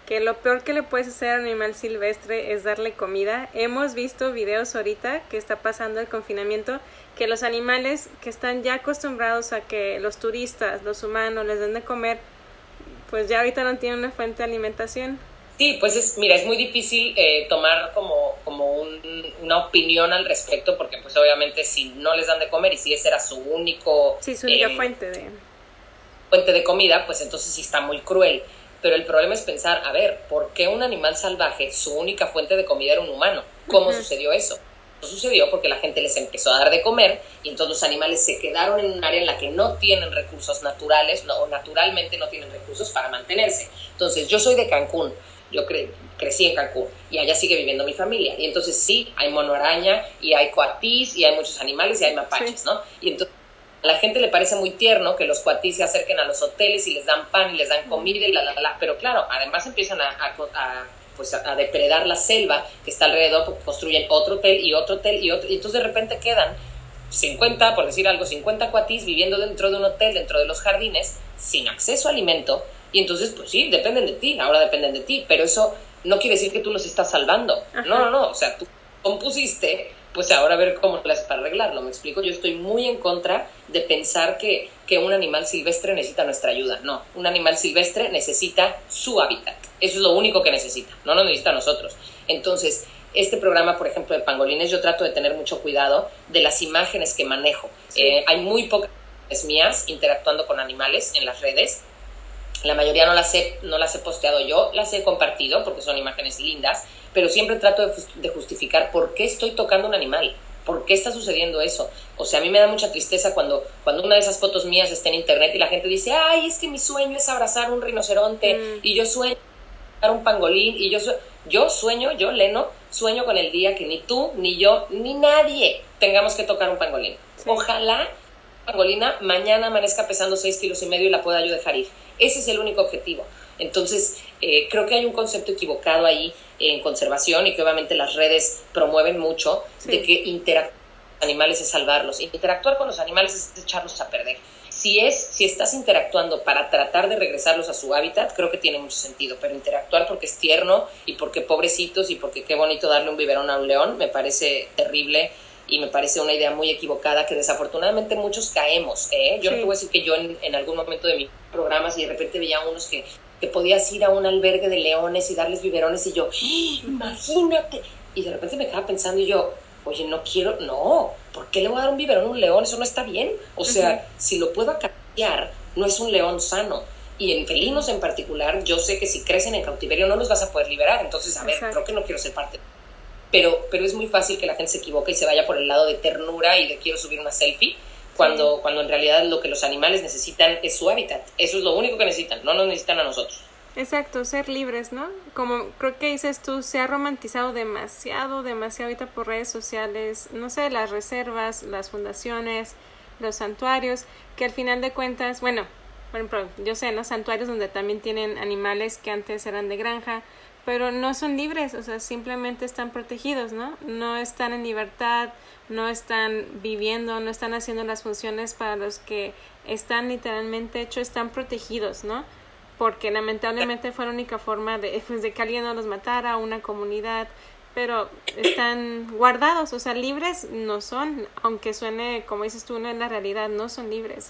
S2: que lo peor que le puedes hacer a un animal silvestre es darle comida. Hemos visto videos ahorita que está pasando el confinamiento, que los animales que están ya acostumbrados a que los turistas, los humanos les den de comer, pues ya ahorita no tienen una fuente de alimentación.
S3: Sí, pues es, mira, es muy difícil eh, tomar como, como un, una opinión al respecto, porque pues obviamente si no les dan de comer y si ese era su único...
S2: Sí, su única
S3: eh,
S2: fuente de...
S3: fuente de comida, pues entonces sí está muy cruel. Pero el problema es pensar, a ver, ¿por qué un animal salvaje, su única fuente de comida era un humano? ¿Cómo uh-huh. sucedió eso? Sucedió porque la gente les empezó a dar de comer y entonces los animales se quedaron en un área en la que no tienen recursos naturales no, o naturalmente no tienen recursos para mantenerse. Entonces yo soy de Cancún, yo cre- crecí en Cancún y allá sigue viviendo mi familia y entonces sí, hay mono araña y hay coatís y hay muchos animales y hay mapaches, sí. ¿no? Y entonces a la gente le parece muy tierno que los coatís se acerquen a los hoteles y les dan pan y les dan comida y la, la, la, pero claro, además empiezan a, a, a pues a, a depredar la selva que está alrededor, porque construyen otro hotel y otro hotel y otro, y entonces de repente quedan cincuenta, por decir algo, cincuenta cuatís viviendo dentro de un hotel, dentro de los jardines, sin acceso a alimento, y entonces, pues sí, dependen de ti, ahora dependen de ti, pero eso no quiere decir que tú los estás salvando. Ajá. No, no, no, o sea, tú compusiste, pues ahora a ver cómo lo haces para arreglarlo, ¿me explico? Yo estoy muy en contra de pensar que, que un animal silvestre necesita nuestra ayuda. No, un animal silvestre necesita su hábitat. Eso es lo único que necesita, no nos necesita a nosotros. Entonces, este programa, por ejemplo, de pangolines, yo trato de tener mucho cuidado de las imágenes que manejo. Sí. Eh, hay muy pocas mías interactuando con animales en las redes. La mayoría no las he, no las he posteado yo, las he compartido porque son imágenes lindas, pero siempre trato de, de justificar por qué estoy tocando un animal, por qué está sucediendo eso. O sea, a mí me da mucha tristeza cuando, cuando una de esas fotos mías está en internet y la gente dice, ay, es que mi sueño es abrazar un rinoceronte, mm. y yo sueño abrazar un pangolín, y yo, su- yo sueño, yo, Leno, sueño con el día que ni tú, ni yo, ni nadie tengamos que tocar un pangolín. Sí. Ojalá pangolina mañana amanezca pesando seis kilos y medio y la pueda yo dejar ir. Ese es el único objetivo. Entonces, eh, creo que hay un concepto equivocado ahí en conservación y que obviamente las redes promueven mucho, sí. de que interactuar con los animales es salvarlos. Interactuar con los animales es echarlos a perder. Si, es, si estás interactuando para tratar de regresarlos a su hábitat, creo que tiene mucho sentido, pero interactuar porque es tierno y porque pobrecitos y porque qué bonito darle un biberón a un león, me parece terrible. Y me parece una idea muy equivocada que desafortunadamente muchos caemos, ¿eh? Yo sí. no te voy a decir que yo en, en algún momento de mis programas y de repente veía unos que, que podías ir a un albergue de leones y darles biberones y yo, ¡ah, imagínate! Y de repente me quedaba pensando y yo, oye, no quiero, no, ¿por qué le voy a dar un biberón a un león? Eso no está bien. O sea, uh-huh. si lo puedo acariciar, no es un león sano. Y en felinos en particular, yo sé que si crecen en cautiverio no los vas a poder liberar. Entonces, a ver, Exacto. creo que no quiero ser parte de Pero, pero es muy fácil que la gente se equivoque y se vaya por el lado de ternura y de quiero subir una selfie, cuando, sí. cuando en realidad lo que los animales necesitan es su hábitat. Eso es lo único que necesitan, no nos necesitan a nosotros.
S2: Exacto, ser libres, ¿no? Como creo que dices tú, se ha romantizado demasiado, demasiado ahorita por redes sociales, no sé, las reservas, las fundaciones, los santuarios, que al final de cuentas, bueno, por ejemplo, yo sé, ¿no? Santuarios donde también tienen animales que antes eran de granja, pero no son libres, o sea, simplemente están protegidos, ¿no? No están en libertad, no están viviendo, no están haciendo las funciones para los que están literalmente hechos, están protegidos, ¿no? Porque lamentablemente fue la única forma de, pues, de que alguien no los matara, una comunidad, pero están guardados, o sea, libres no son, aunque suene, como dices tú, no es la realidad, no son libres.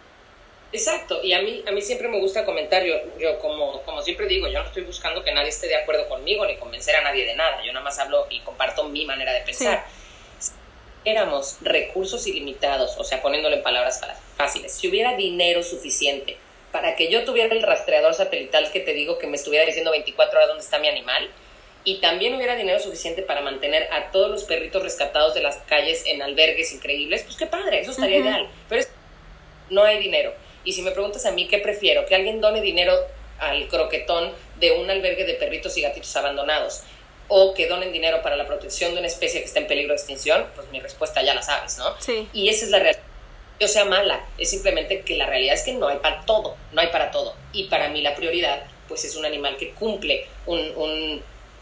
S3: Exacto, y a mí, a mí siempre me gusta comentar, yo, yo como, como siempre digo, yo no estoy buscando que nadie esté de acuerdo conmigo ni convencer a nadie de nada, yo nada más hablo y comparto mi manera de pensar. Sí. Si éramos recursos ilimitados, o sea, poniéndolo en palabras fáciles, si hubiera dinero suficiente para que yo tuviera el rastreador satelital que te digo que me estuviera diciendo veinticuatro horas dónde está mi animal, y también hubiera dinero suficiente para mantener a todos los perritos rescatados de las calles en albergues increíbles, pues qué padre, eso estaría uh-huh. ideal, pero es, no hay dinero. Y si me preguntas a mí qué prefiero, que alguien done dinero al croquetón de un albergue de perritos y gatitos abandonados o que donen dinero para la protección de una especie que está en peligro de extinción, pues mi respuesta ya la sabes, ¿no?
S2: Sí.
S3: Y esa es la realidad. Yo sea mala, es simplemente que la realidad es que no hay para todo, no hay para todo. Y para mí la prioridad, pues es un animal que cumple un, un,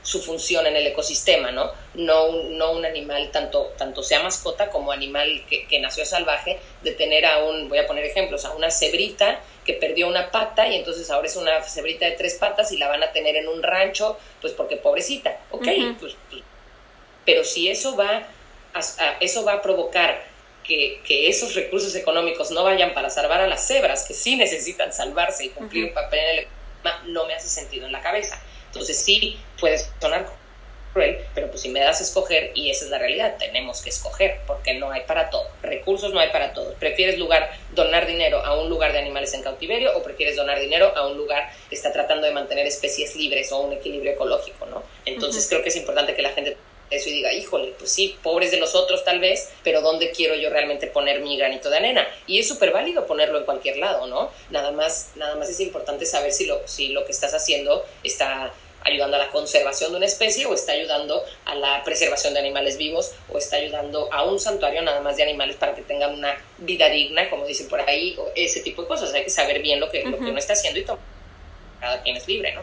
S3: su función en el ecosistema, ¿no? No un, no un animal, tanto, tanto sea mascota como animal que, que nació salvaje, de tener a un, voy a poner ejemplos, a una cebrita que perdió una pata y entonces ahora es una cebrita de tres patas y la van a tener en un rancho, pues porque pobrecita, ok, uh-huh. pues, pues, pero si eso va a, a, eso va a provocar que, que esos recursos económicos no vayan para salvar a las cebras, que sí necesitan salvarse y cumplir uh-huh. un papel en el ecosistema, no me hace sentido en la cabeza. Entonces sí, puede sonar cruel, pero pues si me das a escoger, y esa es la realidad, tenemos que escoger, porque no hay para todo. Recursos no hay para todo. ¿Prefieres lugar, donar dinero a un lugar de animales en cautiverio o prefieres donar dinero a un lugar que está tratando de mantener especies libres o un equilibrio ecológico, ¿no? Entonces uh-huh. creo que es importante que la gente eso y diga, híjole, pues sí, pobres de los otros tal vez, pero ¿dónde quiero yo realmente poner mi granito de arena? Y es súper válido ponerlo en cualquier lado, ¿no? Nada más, nada más es importante saber si lo, si lo que estás haciendo está ayudando a la conservación de una especie o está ayudando a la preservación de animales vivos o está ayudando a un santuario nada más de animales para que tengan una vida digna, como dicen por ahí, o ese tipo de cosas. Hay que saber bien lo que, uh-huh. lo que uno está haciendo y tomar. Cada quien es libre, ¿no?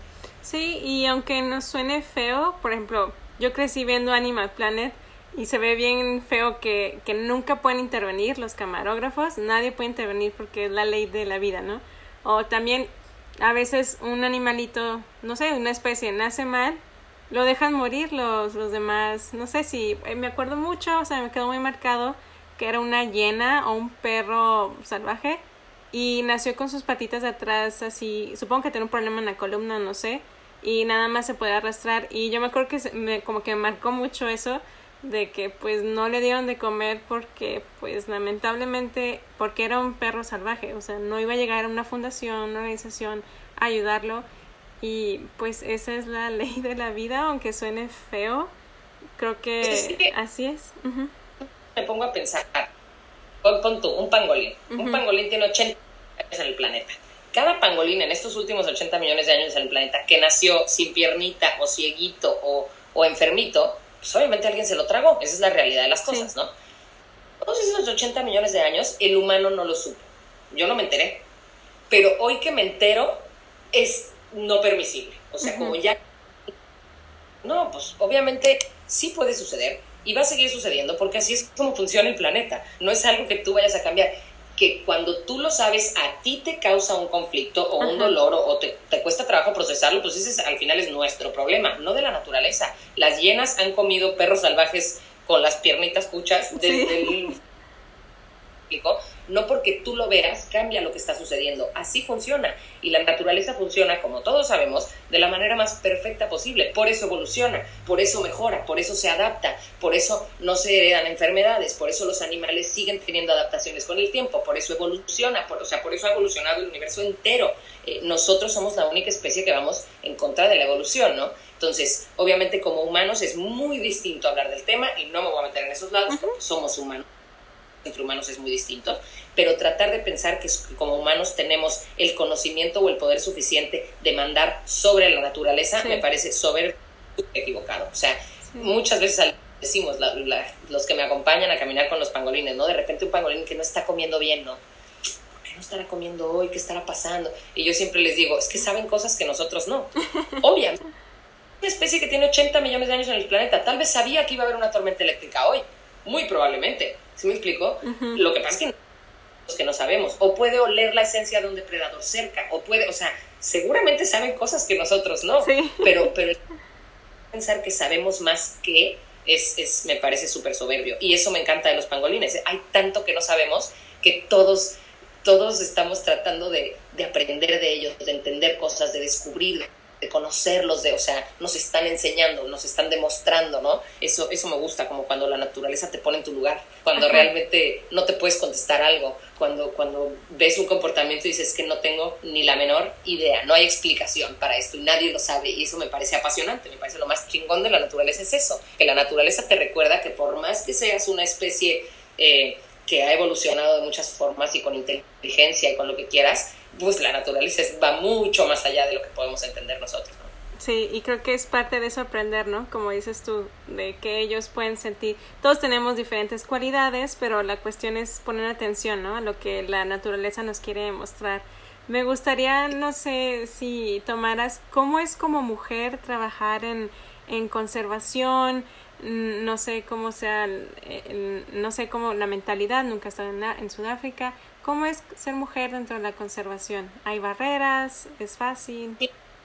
S2: Sí, y aunque nos suene feo, por ejemplo, yo crecí viendo Animal Planet y se ve bien feo que, que nunca pueden intervenir los camarógrafos, nadie puede intervenir porque es la ley de la vida, ¿no? O también a veces un animalito, no sé, una especie nace mal, lo dejan morir los, los demás, no sé si, me acuerdo mucho, o sea, me quedó muy marcado que era una hiena o un perro salvaje y nació con sus patitas de atrás así, supongo que tiene un problema en la columna, no sé, y nada más se puede arrastrar y yo me acuerdo que me, como que me marcó mucho eso de que pues no le dieron de comer porque pues lamentablemente porque era un perro salvaje, o sea, no iba a llegar a una fundación, una organización a ayudarlo y pues esa es la ley de la vida, aunque suene feo, creo que
S3: sí, sí, sí.
S2: así es. Uh-huh.
S3: Me pongo a pensar, pon, pon tú, un pangolín, uh-huh. un pangolín tiene ochenta años en el planeta. Cada pangolín en estos últimos ochenta millones de años en el planeta que nació sin piernita o cieguito o, o enfermito, pues obviamente alguien se lo tragó. Esa es la realidad de las cosas, sí. ¿no? Todos esos ochenta millones de años, el humano no lo supo. Yo no me enteré. Pero hoy que me entero, es no permisible. O sea, uh-huh. como ya... No, pues obviamente sí puede suceder y va a seguir sucediendo porque así es como funciona el planeta. No es algo que tú vayas a cambiar. Que cuando tú lo sabes, a ti te causa un conflicto o uh-huh. un dolor o, o te, te cuesta trabajo procesarlo, pues ese es, al final es nuestro problema, no de la naturaleza. Las hienas han comido perros salvajes con las piernitas cuchas desde sí. el... No porque tú lo veas, cambia lo que está sucediendo. Así funciona. Y la naturaleza funciona, como todos sabemos, de la manera más perfecta posible. Por eso evoluciona, por eso mejora, por eso se adapta, por eso no se heredan enfermedades, por eso los animales siguen teniendo adaptaciones con el tiempo, por eso evoluciona, por, o sea, por eso ha evolucionado el universo entero. Eh, nosotros somos la única especie que vamos en contra de la evolución, ¿no? Entonces, obviamente como humanos es muy distinto hablar del tema y no me voy a meter en esos lados porque somos humanos. Entre humanos es muy distinto, pero tratar de pensar que como humanos tenemos el conocimiento o el poder suficiente de mandar sobre la naturaleza, sí. me parece súper equivocado. O sea, sí. muchas veces decimos, la, la, los que me acompañan a caminar con los pangolines, ¿no? De repente un pangolín que no está comiendo bien, ¿no? ¿Por qué no estará comiendo hoy? ¿Qué estará pasando? Y yo siempre les digo, es que saben cosas que nosotros no. Obviamente, una especie que tiene ochenta millones de años en el planeta, tal vez sabía que iba a haber una tormenta eléctrica hoy. Muy probablemente, ¿sí me explico? Uh-huh. Lo que pasa es que no, que no sabemos, o puede oler la esencia de un depredador cerca, o puede, o sea, seguramente saben cosas que nosotros no, sí. pero, pero pensar que sabemos más que es, es me parece súper soberbio, y eso me encanta de los pangolines, hay tanto que no sabemos que todos, todos estamos tratando de, de aprender de ellos, de entender cosas, de descubrir, de conocerlos, de, o sea, nos están enseñando, nos están demostrando, ¿no? Eso, eso me gusta, como cuando la naturaleza te pone en tu lugar, cuando Ajá. realmente no te puedes contestar algo, cuando, cuando ves un comportamiento y dices que no tengo ni la menor idea, no hay explicación para esto y nadie lo sabe, y eso me parece apasionante, me parece lo más chingón de la naturaleza es eso, que la naturaleza te recuerda que por más que seas una especie eh, que ha evolucionado de muchas formas y con inteligencia y con lo que quieras, pues la naturaleza va mucho más allá de lo que podemos entender nosotros, ¿no?
S2: Sí, y creo que es parte de eso aprender, ¿no? Como dices tú, de que ellos pueden sentir, todos tenemos diferentes cualidades, pero la cuestión es poner atención, ¿no? A lo que la naturaleza nos quiere mostrar. Me gustaría, no sé, si tomaras, ¿cómo es como mujer trabajar en, en conservación? No sé cómo sea, el, el, no sé cómo la mentalidad, nunca he estado en, en Sudáfrica. ¿Cómo es ser mujer dentro de la conservación? ¿Hay barreras? ¿Es fácil?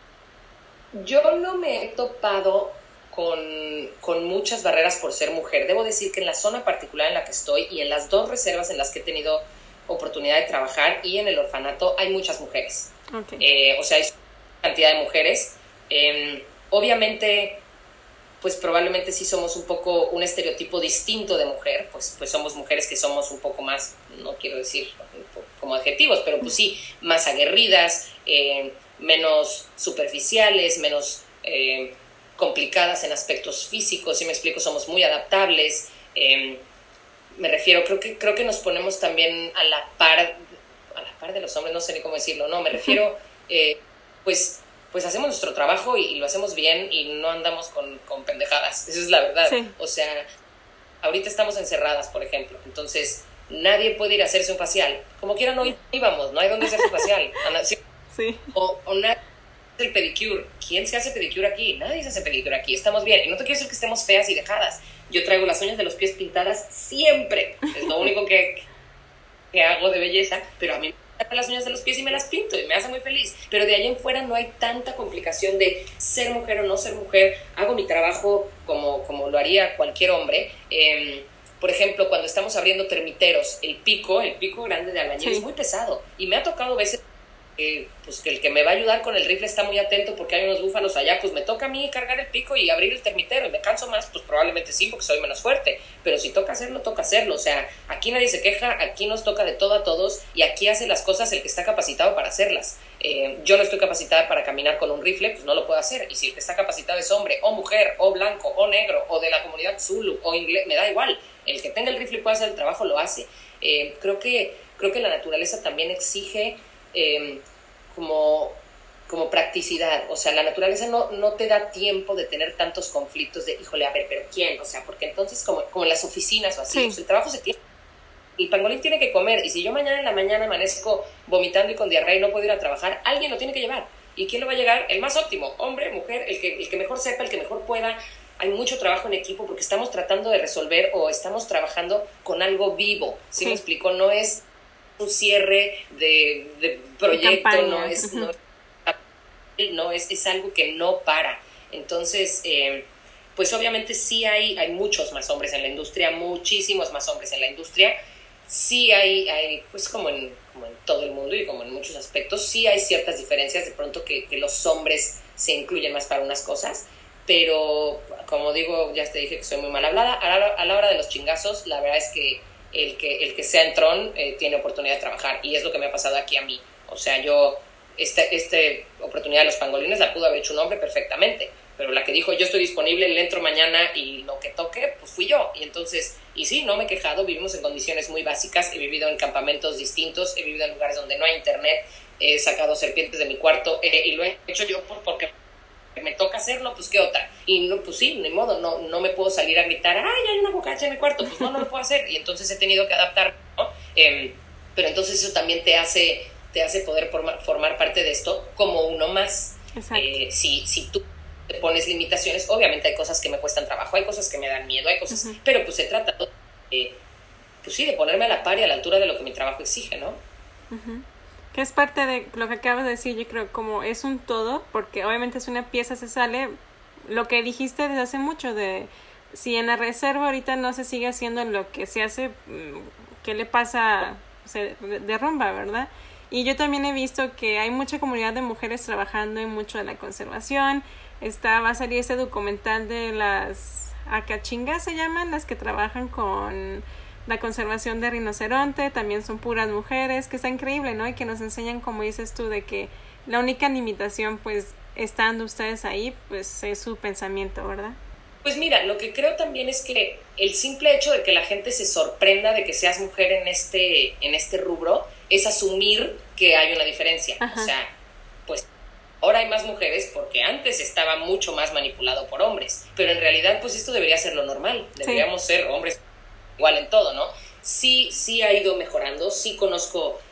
S3: Yo no me he topado con, con muchas barreras por ser mujer. Debo decir que en la zona particular en la que estoy y en las dos reservas en las que he tenido oportunidad de trabajar y en el orfanato hay muchas mujeres. Okay. Eh, o sea, hay cantidad de mujeres. Eh, obviamente, pues probablemente sí somos un poco un estereotipo distinto de mujer, pues, pues somos mujeres que somos un poco más, no quiero decir como adjetivos, pero pues sí, más aguerridas, eh, menos superficiales, menos eh, complicadas en aspectos físicos, si me explico, somos muy adaptables. Eh, me refiero, creo que, creo que nos ponemos también a la par, a la par de los hombres, no sé ni cómo decirlo, no, me refiero, eh, pues... pues hacemos nuestro trabajo y, y lo hacemos bien y no andamos con, con pendejadas, esa es la verdad. Sí. O sea, ahorita estamos encerradas, por ejemplo, entonces nadie puede ir a hacerse un facial, como quiera no íbamos, no hay dónde hacerse un facial. ¿Sí?
S2: Sí.
S3: O, o nadie hace el pedicure, ¿quién se hace pedicure aquí? Nadie se hace pedicure aquí, estamos bien, y no te quiero decir que estemos feas y dejadas, yo traigo las uñas de los pies pintadas siempre, es lo único que, que hago de belleza, pero a mí las uñas de los pies y me las pinto y me hace muy feliz, pero de ahí en fuera no hay tanta complicación de ser mujer o no ser mujer. Hago mi trabajo como, como lo haría cualquier hombre. Eh, por ejemplo, cuando estamos abriendo termiteros, el pico, el pico grande de albañil, sí, es muy pesado y me ha tocado veces eh, pues que el que me va a ayudar con el rifle está muy atento porque hay unos búfalos allá, pues me toca a mí cargar el pico y abrir el termitero y me canso más, pues probablemente sí, porque soy menos fuerte, pero si toca hacerlo, toca hacerlo. O sea, aquí nadie se queja, aquí nos toca de todo a todos y aquí hace las cosas el que está capacitado para hacerlas. Eh, yo no estoy capacitada para caminar con un rifle, pues no lo puedo hacer, y si el que está capacitado es hombre o mujer o blanco o negro o de la comunidad Zulu o inglés, me da igual, el que tenga el rifle y pueda hacer el trabajo lo hace. Eh, creo que, creo que la naturaleza también exige eh, como, como practicidad. O sea, la naturaleza no, no te da tiempo de tener tantos conflictos de, híjole, a ver, pero ¿quién? O sea, porque entonces como, como en las oficinas o así, sí, pues el trabajo se tiene, el pangolín tiene que comer, y si yo mañana en la mañana amanezco vomitando y con diarrea y no puedo ir a trabajar, alguien lo tiene que llevar. ¿Y quién lo va a llegar? El más óptimo, hombre, mujer, el que, el que mejor sepa, el que mejor pueda. Hay mucho trabajo en equipo porque estamos tratando de resolver o estamos trabajando con algo vivo. ¿Sí, sí. me explico? No es un cierre de, de proyecto, de no es, uh-huh. no, no es, es algo que no para. Entonces, eh, pues obviamente sí hay, hay muchos más hombres en la industria, muchísimos más hombres en la industria. Sí hay, hay pues como en, como en todo el mundo y como en muchos aspectos, sí hay ciertas diferencias de pronto que, que los hombres se incluyen más para unas cosas, pero como digo, ya te dije que soy muy mal hablada, a la, a la hora de los chingazos, la verdad es que el que, el que sea entrón eh, tiene oportunidad de trabajar, y es lo que me ha pasado aquí a mí. O sea, yo, esta este oportunidad de los pangolines la pudo haber hecho un hombre perfectamente, pero la que dijo yo estoy disponible, le entro mañana y lo que toque, pues fui yo. Y entonces, y sí, no me he quejado, vivimos en condiciones muy básicas, he vivido en campamentos distintos, he vivido en lugares donde no hay internet, he sacado serpientes de mi cuarto, eh, y lo he hecho yo por, porque me toca hacerlo, pues qué otra. Y no, pues sí, ni modo, no, no me puedo salir a gritar, ay, hay una cucaracha en mi cuarto, pues no, no lo puedo hacer. Y entonces he tenido que adaptarme, ¿no? Eh, pero entonces eso también te hace, te hace poder formar, formar parte de esto como uno más. Eh, si, si tú te pones limitaciones, obviamente hay cosas que me cuestan trabajo, hay cosas que me dan miedo, hay cosas, uh-huh. pero pues se trata de, pues sí, de ponerme a la par y a la altura de lo que mi trabajo exige, ¿no?
S2: Uh-huh. Que es parte de lo que acabas de decir, yo creo, como es un todo, porque obviamente si una pieza se sale, lo que dijiste desde hace mucho, de si en la reserva ahorita no se sigue haciendo lo que se hace, ¿qué le pasa? Se derrumba, ¿verdad? Y yo también he visto que hay mucha comunidad de mujeres trabajando en mucho de la conservación. Está, va a salir este documental de las acachingas, se llaman, las que trabajan con la conservación de rinoceronte, también son puras mujeres, que está increíble, ¿no? Y que nos enseñan, como dices tú, de que la única limitación, pues, estando ustedes ahí, pues, es su pensamiento, ¿verdad?
S3: Pues mira, lo que creo también es que el simple hecho de que la gente se sorprenda de que seas mujer en este, en este rubro, es asumir que hay una diferencia. Ajá. O sea, pues, ahora hay más mujeres porque antes estaba mucho más manipulado por hombres, pero en realidad, pues, esto debería ser lo normal, deberíamos sí. ser hombres igual en todo, ¿no? Sí, sí ha ido mejorando, sí conozco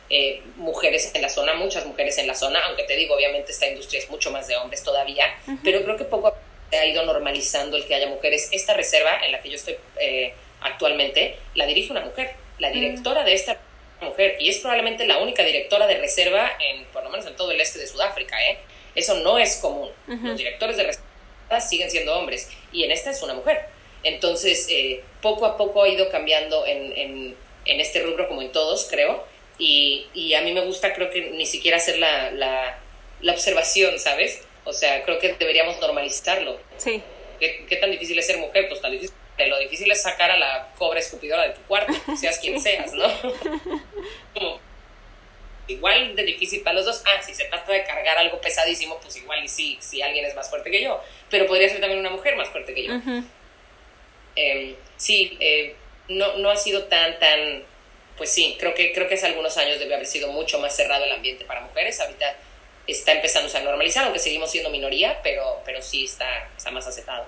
S3: eh, mujeres en la zona, muchas mujeres en la zona, aunque te digo, obviamente esta industria es mucho más de hombres todavía, uh-huh. pero creo que poco a poco se ha ido normalizando el que haya mujeres. Esta reserva en la que yo estoy eh, actualmente, la dirige una mujer, la directora uh-huh. de esta mujer, y es probablemente la única directora de reserva, en por lo menos en todo el este de Sudáfrica, ¿eh? Eso no es común. Uh-huh. Los directores de reserva siguen siendo hombres, y en esta es una mujer. Entonces, eh, poco a poco ha ido cambiando en, en, en este rubro, como en todos, creo, y, y a mí me gusta, creo que ni siquiera hacer la, la, la observación, ¿sabes? O sea, creo que deberíamos normalizarlo.
S2: Sí.
S3: ¿Qué, qué tan difícil es ser mujer? Pues tan difícil. Lo difícil es sacar a la cobra escupidora de tu cuarto, seas quien sí. seas, ¿no? Como, igual de difícil para los dos. Ah, si se trata de cargar algo pesadísimo, pues igual y sí, si alguien es más fuerte que yo. Pero podría ser también una mujer más fuerte que yo. Uh-huh. Eh, sí, eh, no, no ha sido tan, tan... Pues sí, creo que, creo que hace algunos años debe haber sido mucho más cerrado el ambiente para mujeres. Ahorita está empezando a normalizar, aunque seguimos siendo minoría, pero, pero sí está, está más aceptado.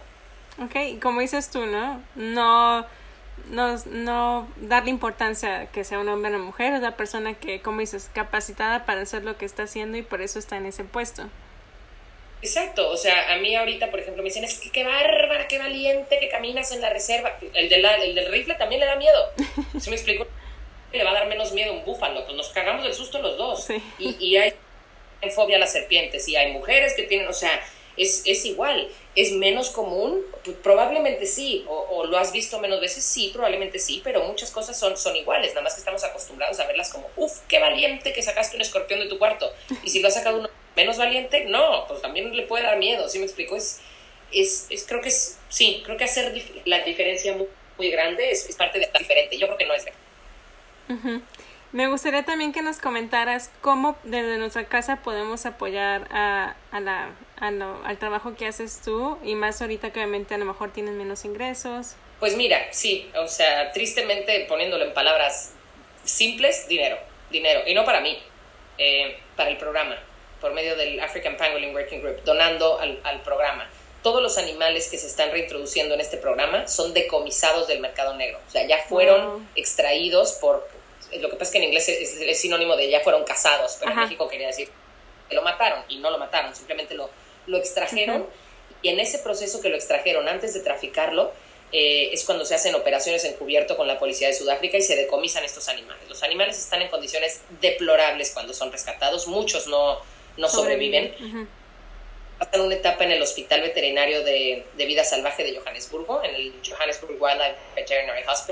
S2: Ok, como dices tú, ¿no? No, no, no darle importancia a que sea un hombre o una mujer, es la persona que, como dices, capacitada para hacer lo que está haciendo y por eso está en ese puesto.
S3: Exacto, o sea, a mí ahorita, por ejemplo, me dicen, es que qué bárbara, qué valiente que caminas en la reserva. El, de la, el del rifle también le da miedo. ¿Sí me explico? Le va a dar menos miedo un búfalo, pues nos cagamos del susto los dos.
S2: Sí.
S3: Y, y hay fobia a las serpientes, y hay mujeres que tienen, o sea, es, es igual. ¿Es menos común? Pues probablemente sí, o, o lo has visto menos veces, sí, probablemente sí, pero muchas cosas son, son iguales, nada más que estamos acostumbrados a verlas como, uff, qué valiente que sacaste un escorpión de tu cuarto. Y si lo has sacado uno menos valiente, no, pues también le puede dar miedo, ¿sí me explico? Es, es, es creo que es, sí, creo que hacer dif- la diferencia muy, muy grande es, es parte de la diferente, yo creo que no es verdad.
S2: Uh-huh. Me gustaría también que nos comentaras cómo desde nuestra casa podemos apoyar a, a la, a lo, al trabajo que haces tú, y más ahorita que obviamente a lo mejor tienes menos ingresos.
S3: Pues mira, sí, o sea, tristemente, poniéndolo en palabras simples, dinero, dinero, y no para mí, eh, para el programa, por medio del African Pangolin Working Group, donando al, al programa. Todos los animales que se están reintroduciendo en este programa son decomisados del mercado negro, o sea, ya fueron wow. extraídos por... Lo que pasa es que en inglés es, es sinónimo de ya fueron cazados, pero Ajá. en México quería decir que lo mataron, y no lo mataron, simplemente lo, lo extrajeron. Uh-huh. Y en ese proceso que lo extrajeron antes de traficarlo, eh, es cuando se hacen operaciones encubierto con la policía de Sudáfrica y se decomisan estos animales. Los animales están en condiciones deplorables cuando son rescatados, muchos no, no sobreviven. Uh-huh. Pasan una etapa en el Hospital Veterinario de, de Vida Salvaje de Johannesburgo, en el Johannesburg Wildlife Veterinary Hospital,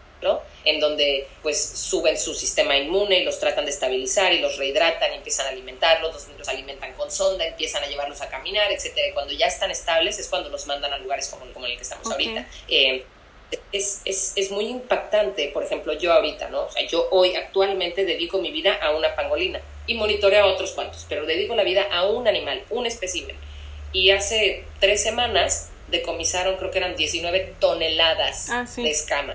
S3: en donde pues suben su sistema inmune y los tratan de estabilizar y los rehidratan y empiezan a alimentarlos, los, los alimentan con sonda, empiezan a llevarlos a caminar, etcétera. Y cuando ya están estables es cuando los mandan a lugares como, como el que estamos okay. ahorita. Eh, es, es, es muy impactante, por ejemplo, yo ahorita, ¿no? O sea, yo hoy actualmente dedico mi vida a una pangolina y monitoreo a otros cuantos, pero dedico la vida a un animal, un espécimen. Y hace tres semanas decomisaron, creo que eran diecinueve toneladas ah, sí. de escamas.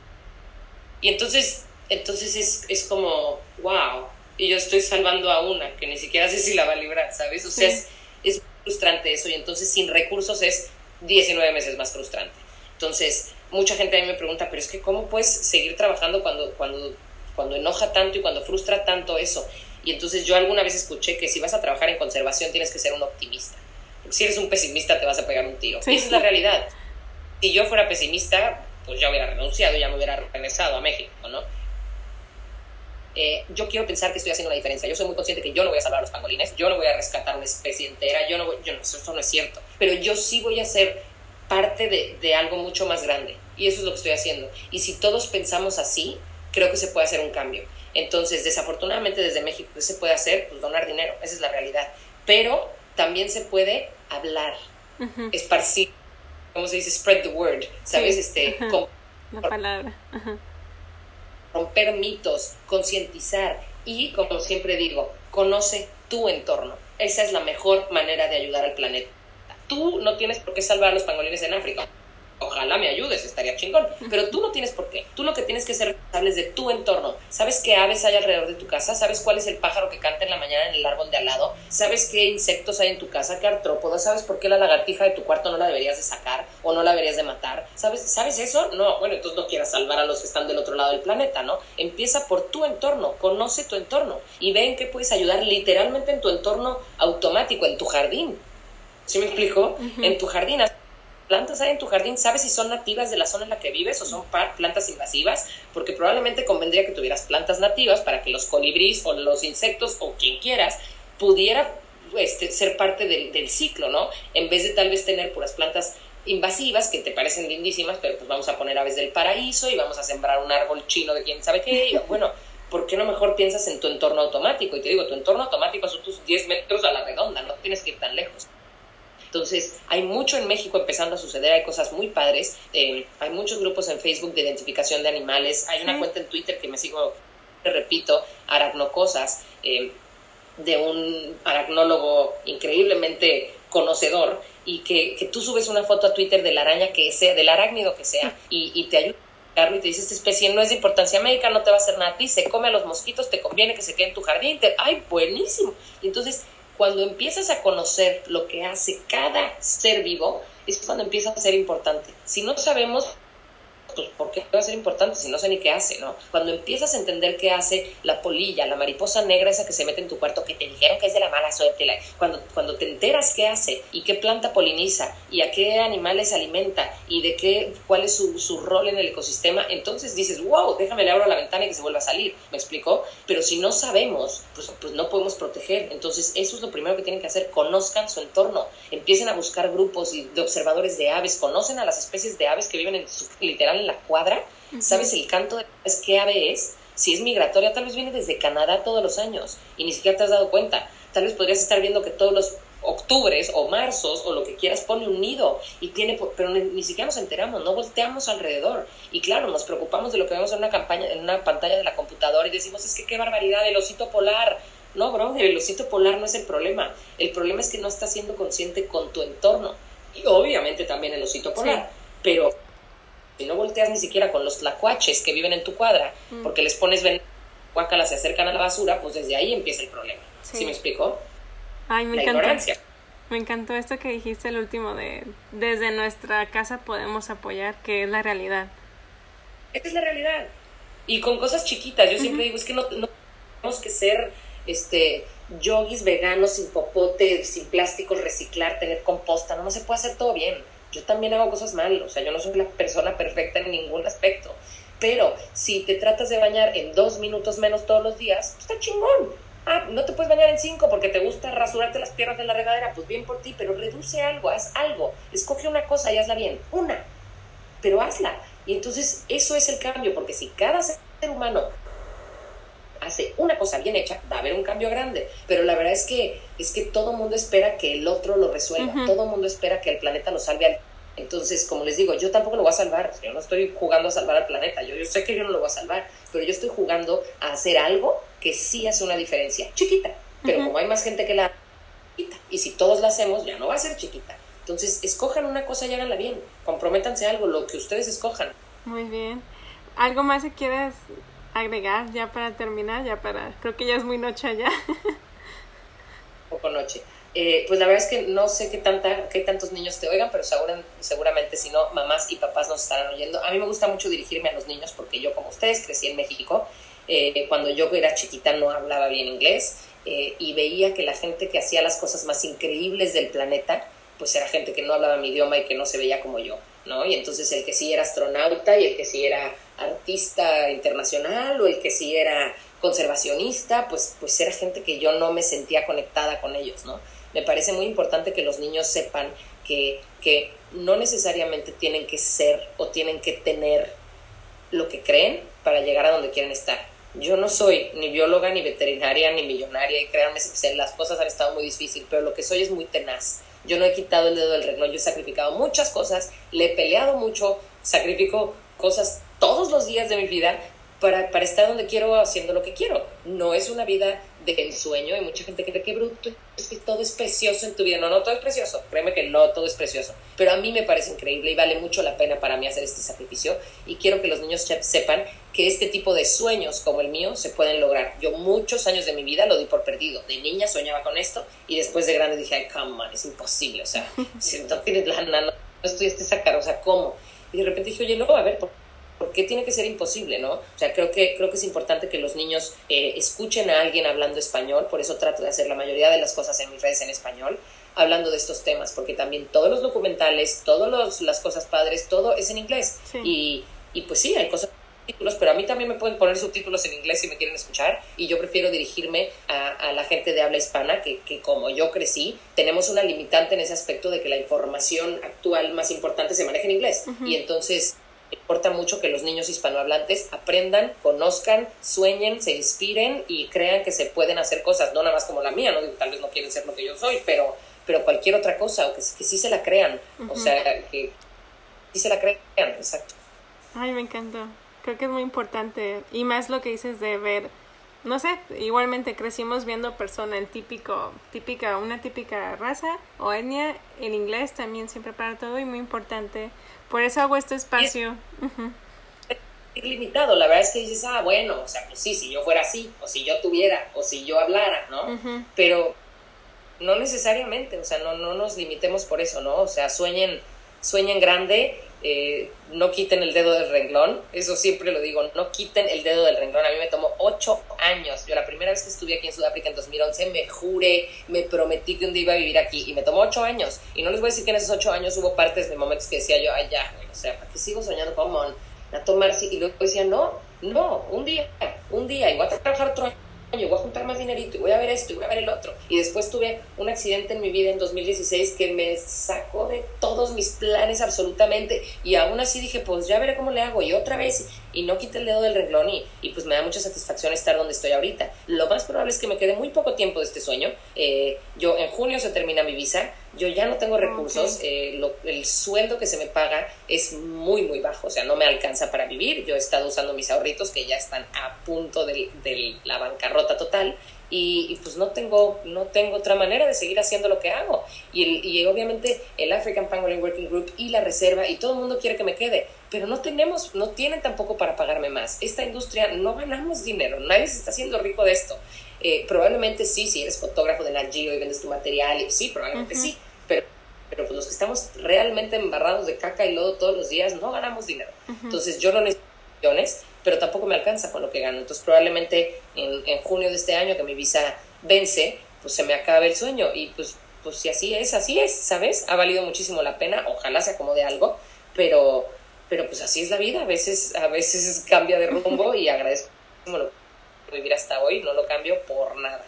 S3: Y entonces, entonces es, es como, wow, y yo estoy salvando a una, que ni siquiera sé si la va a librar, ¿sabes? O sea, sí. es, es frustrante eso, y entonces sin recursos es diecinueve veces más frustrante. Entonces, mucha gente a mí me pregunta, pero es que ¿cómo puedes seguir trabajando cuando, cuando, cuando enoja tanto y cuando frustra tanto eso? Y entonces yo alguna vez escuché que si vas a trabajar en conservación tienes que ser un optimista. Porque si eres un pesimista te vas a pegar un tiro. Sí. Y esa es la realidad. Si yo fuera pesimista, pues ya hubiera renunciado, ya me hubiera regresado a México, ¿no? Eh, yo quiero pensar que estoy haciendo una diferencia. Yo soy muy consciente que yo no voy a salvar a los pangolines, yo no voy a rescatar una especie entera, yo no voy, yo no, eso no es cierto. Pero yo sí voy a ser parte de, de algo mucho más grande, y eso es lo que estoy haciendo. Y si todos pensamos así, creo que se puede hacer un cambio. Entonces, desafortunadamente desde México, ¿qué se puede hacer? Pues donar dinero, esa es la realidad. Pero también se puede hablar, uh-huh. esparcir, ¿cómo se dice? Spread the word, ¿sabes? Sí. Este,
S2: uh-huh.
S3: con,
S2: la palabra. Uh-huh.
S3: Romper mitos, concientizar y, como siempre digo, conoce tu entorno. Esa es la mejor manera de ayudar al planeta. Tú no tienes por qué salvar a los pangolines en África, ojalá me ayudes, estaría chingón. Pero tú no tienes por qué. Tú lo que tienes que ser responsable es de tu entorno. ¿Sabes qué aves hay alrededor de tu casa? ¿Sabes cuál es el pájaro que canta en la mañana en el árbol de al lado? ¿Sabes qué insectos hay en tu casa? ¿Qué artrópodos? ¿Sabes por qué la lagartija de tu cuarto no la deberías de sacar o no la deberías de matar? ¿Sabes, ¿Sabes eso? No, bueno, entonces no quieras salvar a los que están del otro lado del planeta, ¿no? Empieza por tu entorno, conoce tu entorno y ve en qué puedes ayudar literalmente en tu entorno automático, en tu jardín. ¿Sí me explico? Uh-huh. En tu jardín. Plantas hay en tu jardín, ¿sabes si son nativas de la zona en la que vives o son plantas invasivas? Porque probablemente convendría que tuvieras plantas nativas para que los colibríes o los insectos o quien quieras pudiera este, ser parte del, del ciclo, ¿no? En vez de tal vez tener puras plantas invasivas que te parecen lindísimas, pero pues vamos a poner aves del paraíso y vamos a sembrar un árbol chino de quién sabe qué. Y, bueno, ¿por qué no mejor piensas en tu entorno automático? Y te digo, tu entorno automático son tus diez metros a la redonda, no tienes que ir tan lejos. Entonces, hay mucho en México empezando a suceder, hay cosas muy padres, eh, hay muchos grupos en Facebook de identificación de animales, hay una sí. cuenta en Twitter que me sigo, te repito, Aracnocosas, eh, de un aracnólogo increíblemente conocedor, y que, que tú subes una foto a Twitter de la araña que sea, del arácnido que sea, y, y te ayuda a y te dice, esta especie no es de importancia médica, no te va a hacer nada a ti, se come a los mosquitos, te conviene que se quede en tu jardín, te... ¡ay, buenísimo! Y entonces, cuando empiezas a conocer lo que hace cada ser vivo, es cuando empieza a ser importante. Si no sabemos, pues ¿por qué va a ser importante si no sé ni qué hace, no? Cuando empiezas a entender qué hace la polilla, la mariposa negra esa que se mete en tu cuarto, que te dijeron que es de la mala suerte, la... cuando, cuando te enteras qué hace y qué planta poliniza y a qué animales alimenta y de qué, cuál es su, su rol en el ecosistema, entonces dices, wow, déjame le abro la ventana y que se vuelva a salir, ¿me explico? Pero si no sabemos, pues, pues no podemos proteger. Entonces eso es lo primero que tienen que hacer, conozcan su entorno, empiecen a buscar grupos de observadores de aves, conocen a las especies de aves que viven en su, literal en la cuadra. Uh-huh. ¿Sabes el canto de aves? ¿Qué ave es? Si es migratoria, tal vez viene desde Canadá todos los años y ni siquiera te has dado cuenta. Tal vez podrías estar viendo que todos los octubres o marzos o lo que quieras pone un nido y tiene, pero ni, ni siquiera nos enteramos, no volteamos alrededor. Y claro, nos preocupamos de lo que vemos en una campaña, en una pantalla de la computadora y decimos, es que qué barbaridad, el osito polar. No, bro, el osito polar no es el problema. El problema es que no estás siendo consciente con tu entorno. Y obviamente también el osito polar, sí. Pero si no volteas ni siquiera con los tlacuaches que viven en tu cuadra, mm. porque les pones ven, guácala, se acercan a la basura, pues desde ahí empieza el problema. ¿Sí, ¿Sí me explicó?
S2: Ay, me
S3: la
S2: encantó.
S3: Ignorancia.
S2: Me encantó esto que dijiste el último de desde nuestra casa podemos apoyar, que es la realidad.
S3: Esta es la realidad. Y con cosas chiquitas. Yo uh-huh. siempre digo, es que no, no tenemos que ser este yogis veganos sin popote, sin plásticos, reciclar, tener composta. No, no se puede hacer todo bien. Yo también hago cosas mal, o sea, yo no soy la persona perfecta en ningún aspecto, pero si te tratas de bañar en dos minutos menos todos los días, pues está chingón. Ah, no te puedes bañar en cinco porque te gusta rasurarte las piernas de la regadera, pues bien por ti, pero reduce algo, haz algo, escoge una cosa y hazla bien, una, pero hazla. Y entonces eso es el cambio, porque si cada ser humano hace una cosa bien hecha, va a haber un cambio grande, pero la verdad es que es que todo mundo espera que el otro lo resuelva, uh-huh. todo mundo espera que el planeta lo salve al... Entonces, como les digo, yo tampoco lo voy a salvar, yo no estoy jugando a salvar al planeta, yo, yo sé que yo no lo voy a salvar, pero yo estoy jugando a hacer algo que sí hace una diferencia, chiquita, pero uh-huh. como hay más gente que la chiquita, y si todos la hacemos, ya no va a ser chiquita. Entonces, escojan una cosa y háganla bien, comprométanse a algo, lo que ustedes escojan.
S2: Muy bien. ¿Algo más que quieras agregar ya para terminar? Ya para, creo que ya es muy noche allá.
S3: Poco noche. Eh, pues la verdad es que no sé qué tanta, qué tantos niños te oigan, pero segura, seguramente si no, mamás y papás nos estarán oyendo. A mí me gusta mucho dirigirme a los niños porque yo, como ustedes, crecí en México. Eh, cuando yo era chiquita no hablaba bien inglés eh, y veía que la gente que hacía las cosas más increíbles del planeta, pues era gente que no hablaba mi idioma y que no se veía como yo, ¿no? Y entonces el que sí era astronauta y el que sí era artista internacional o el que sí era conservacionista, pues, pues era gente que yo no me sentía conectada con ellos, ¿no? Me parece muy importante que los niños sepan que, que no necesariamente tienen que ser o tienen que tener lo que creen para llegar a donde quieren estar. Yo no soy ni bióloga, ni veterinaria, ni millonaria, y créanme, las cosas han estado muy difíciles, pero lo que soy es muy tenaz. Yo no he quitado el dedo del renglón, yo he sacrificado muchas cosas, le he peleado mucho, sacrifico cosas todos los días de mi vida para, para estar donde quiero, haciendo lo que quiero. No es una vida de ensueño, y mucha gente cree que bruto, es que todo es precioso en tu vida. No, no, todo es precioso, créeme que no, todo es precioso, pero a mí me parece increíble y vale mucho la pena para mí hacer este sacrificio, y quiero que los niños sepan que este tipo de sueños como el mío se pueden lograr. Yo muchos años de mi vida lo di por perdido. De niña soñaba con esto y después de grande dije, ay, come on, es imposible, o sea, si no tienes lana, no, no estudiaste esa cara, o sea, ¿cómo? Y de repente dije, oye, no, a ver, ¿por ¿Por qué tiene que ser imposible, no? O sea, creo que, creo que es importante que los niños eh, escuchen a alguien hablando español, por eso trato de hacer la mayoría de las cosas en mis redes en español, hablando de estos temas, porque también todos los documentales, todas las cosas padres, todo es en inglés. Sí. Y, y pues sí, hay cosas subtítulos, pero a mí también me pueden poner subtítulos en inglés si me quieren escuchar, y yo prefiero dirigirme a, a la gente de habla hispana, que, que como yo crecí, tenemos una limitante en ese aspecto de que la información actual más importante se maneja en inglés. Uh-huh. Y entonces importa mucho que los niños hispanohablantes aprendan, conozcan, sueñen, se inspiren y crean que se pueden hacer cosas, no nada más como la mía, no digo, tal vez no quieren ser lo que yo soy, pero, pero cualquier otra cosa, o que, que sí se la crean, uh-huh. O sea, que sí se la crean, exacto.
S2: Ay, me encantó, creo que es muy importante, y más lo que dices de ver, no sé, igualmente crecimos viendo persona en típico, típica, una típica raza o etnia, en inglés también siempre para todo, y muy importante. Por eso hago este espacio.
S3: Es, uh-huh. es limitado, la verdad es que dices, ah, bueno, o sea, pues sí, si yo fuera así, o si yo tuviera, o si yo hablara, ¿no? Uh-huh. Pero no necesariamente, o sea, no, no nos limitemos por eso, ¿no? O sea, sueñen, sueñen grande, eh, no quiten el dedo del renglón, eso siempre lo digo, no quiten el dedo del renglón. A mí me tomó ocho años, yo la primera vez que estuve aquí en Sudáfrica en dos mil once me juré, me prometí que un día iba a vivir aquí, y me tomó ocho años, y no les voy a decir que en esos ocho años hubo partes de momentos que decía yo, ay ya, o sea, ¿para qué sigo soñando? Come on, a tomar, y luego decía, no, no, un día, un día, y voy a trabajar otro año, voy a juntar más dinerito, y voy a ver esto, y voy a ver el otro. Y después tuve un accidente en mi vida en dos mil dieciséis que me sacó de todos mis planes absolutamente, y aún así dije, pues ya veré cómo le hago, y otra vez, y no quité el dedo del renglón, y, y pues me da mucha satisfacción estar donde estoy ahorita. Lo más probable es que me quede muy poco tiempo de este sueño. Eh, yo en junio se termina mi visa, yo ya no tengo recursos, okay. eh, lo, el sueldo que se me paga es muy muy bajo, o sea, no me alcanza para vivir. Yo he estado usando mis ahorritos que ya están a punto de, de la bancarrota total, y, y pues no tengo, no tengo otra manera de seguir haciendo lo que hago, y, el, y obviamente el African Pangolin Working Group y la reserva y todo el mundo quiere que me quede, pero no tenemos, no tienen tampoco para pagarme más. Esta industria no ganamos dinero, nadie se está haciendo rico de esto. Eh, probablemente sí, si eres fotógrafo de Nat Geo y vendes tu material, sí, probablemente uh-huh. sí, pero, pero pues los que estamos realmente embarrados de caca y lodo todos los días no ganamos dinero. Uh-huh. Entonces yo no necesito millones, pero tampoco me alcanza con lo que gano. Entonces probablemente en, en junio de este año que mi visa vence, pues se me acabe el sueño, y pues, pues si así es, así es, ¿sabes? Ha valido muchísimo la pena, ojalá se acomode algo, pero, pero pues así es la vida, a veces, a veces cambia de rumbo, y agradezco lo que vivir hasta hoy, no lo cambio por nada.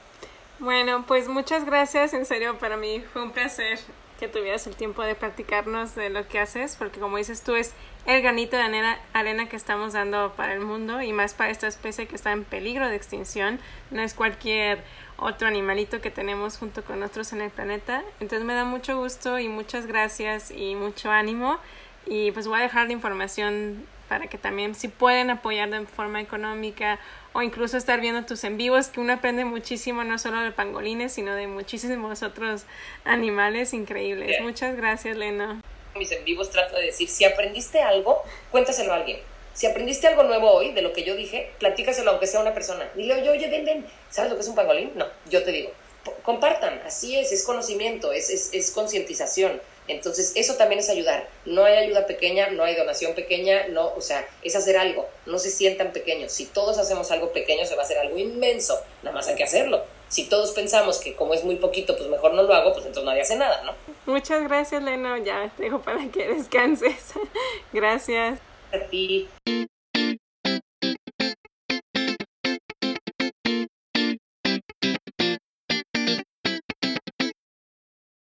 S2: Bueno, pues muchas gracias, en serio, para mí fue un placer que tuvieras el tiempo de practicarnos de lo que haces, porque como dices tú, es el granito de arena, arena que estamos dando para el mundo, y más para esta especie que está en peligro de extinción. No es cualquier otro animalito que tenemos junto con nosotros en el planeta. Entonces me da mucho gusto y muchas gracias y mucho ánimo, y pues voy a dejar la información para que también, si pueden apoyar de forma económica o incluso estar viendo tus en vivos, que uno aprende muchísimo, no solo de pangolines, sino de muchísimos otros animales increíbles. Yeah. Muchas gracias, Leno.
S3: Mis en vivos trato de decir, si aprendiste algo, cuéntaselo a alguien. Si aprendiste algo nuevo hoy de lo que yo dije, platícaselo aunque sea una persona. Dile, oye, oye, ven, ven, ¿sabes lo que es un pangolín? No, yo te digo, compartan, así es, es conocimiento, es, es, es concientización. Entonces eso también es ayudar. No hay ayuda pequeña, no hay donación pequeña, no, o sea, es hacer algo. No se sientan pequeños. Si todos hacemos algo pequeño, se va a hacer algo inmenso. Nada más hay que hacerlo. Si todos pensamos que como es muy poquito, pues mejor no lo hago, pues entonces nadie hace nada, ¿no?
S2: Muchas gracias, Leno. Ya te dejo para que descanses. Gracias.
S3: A ti.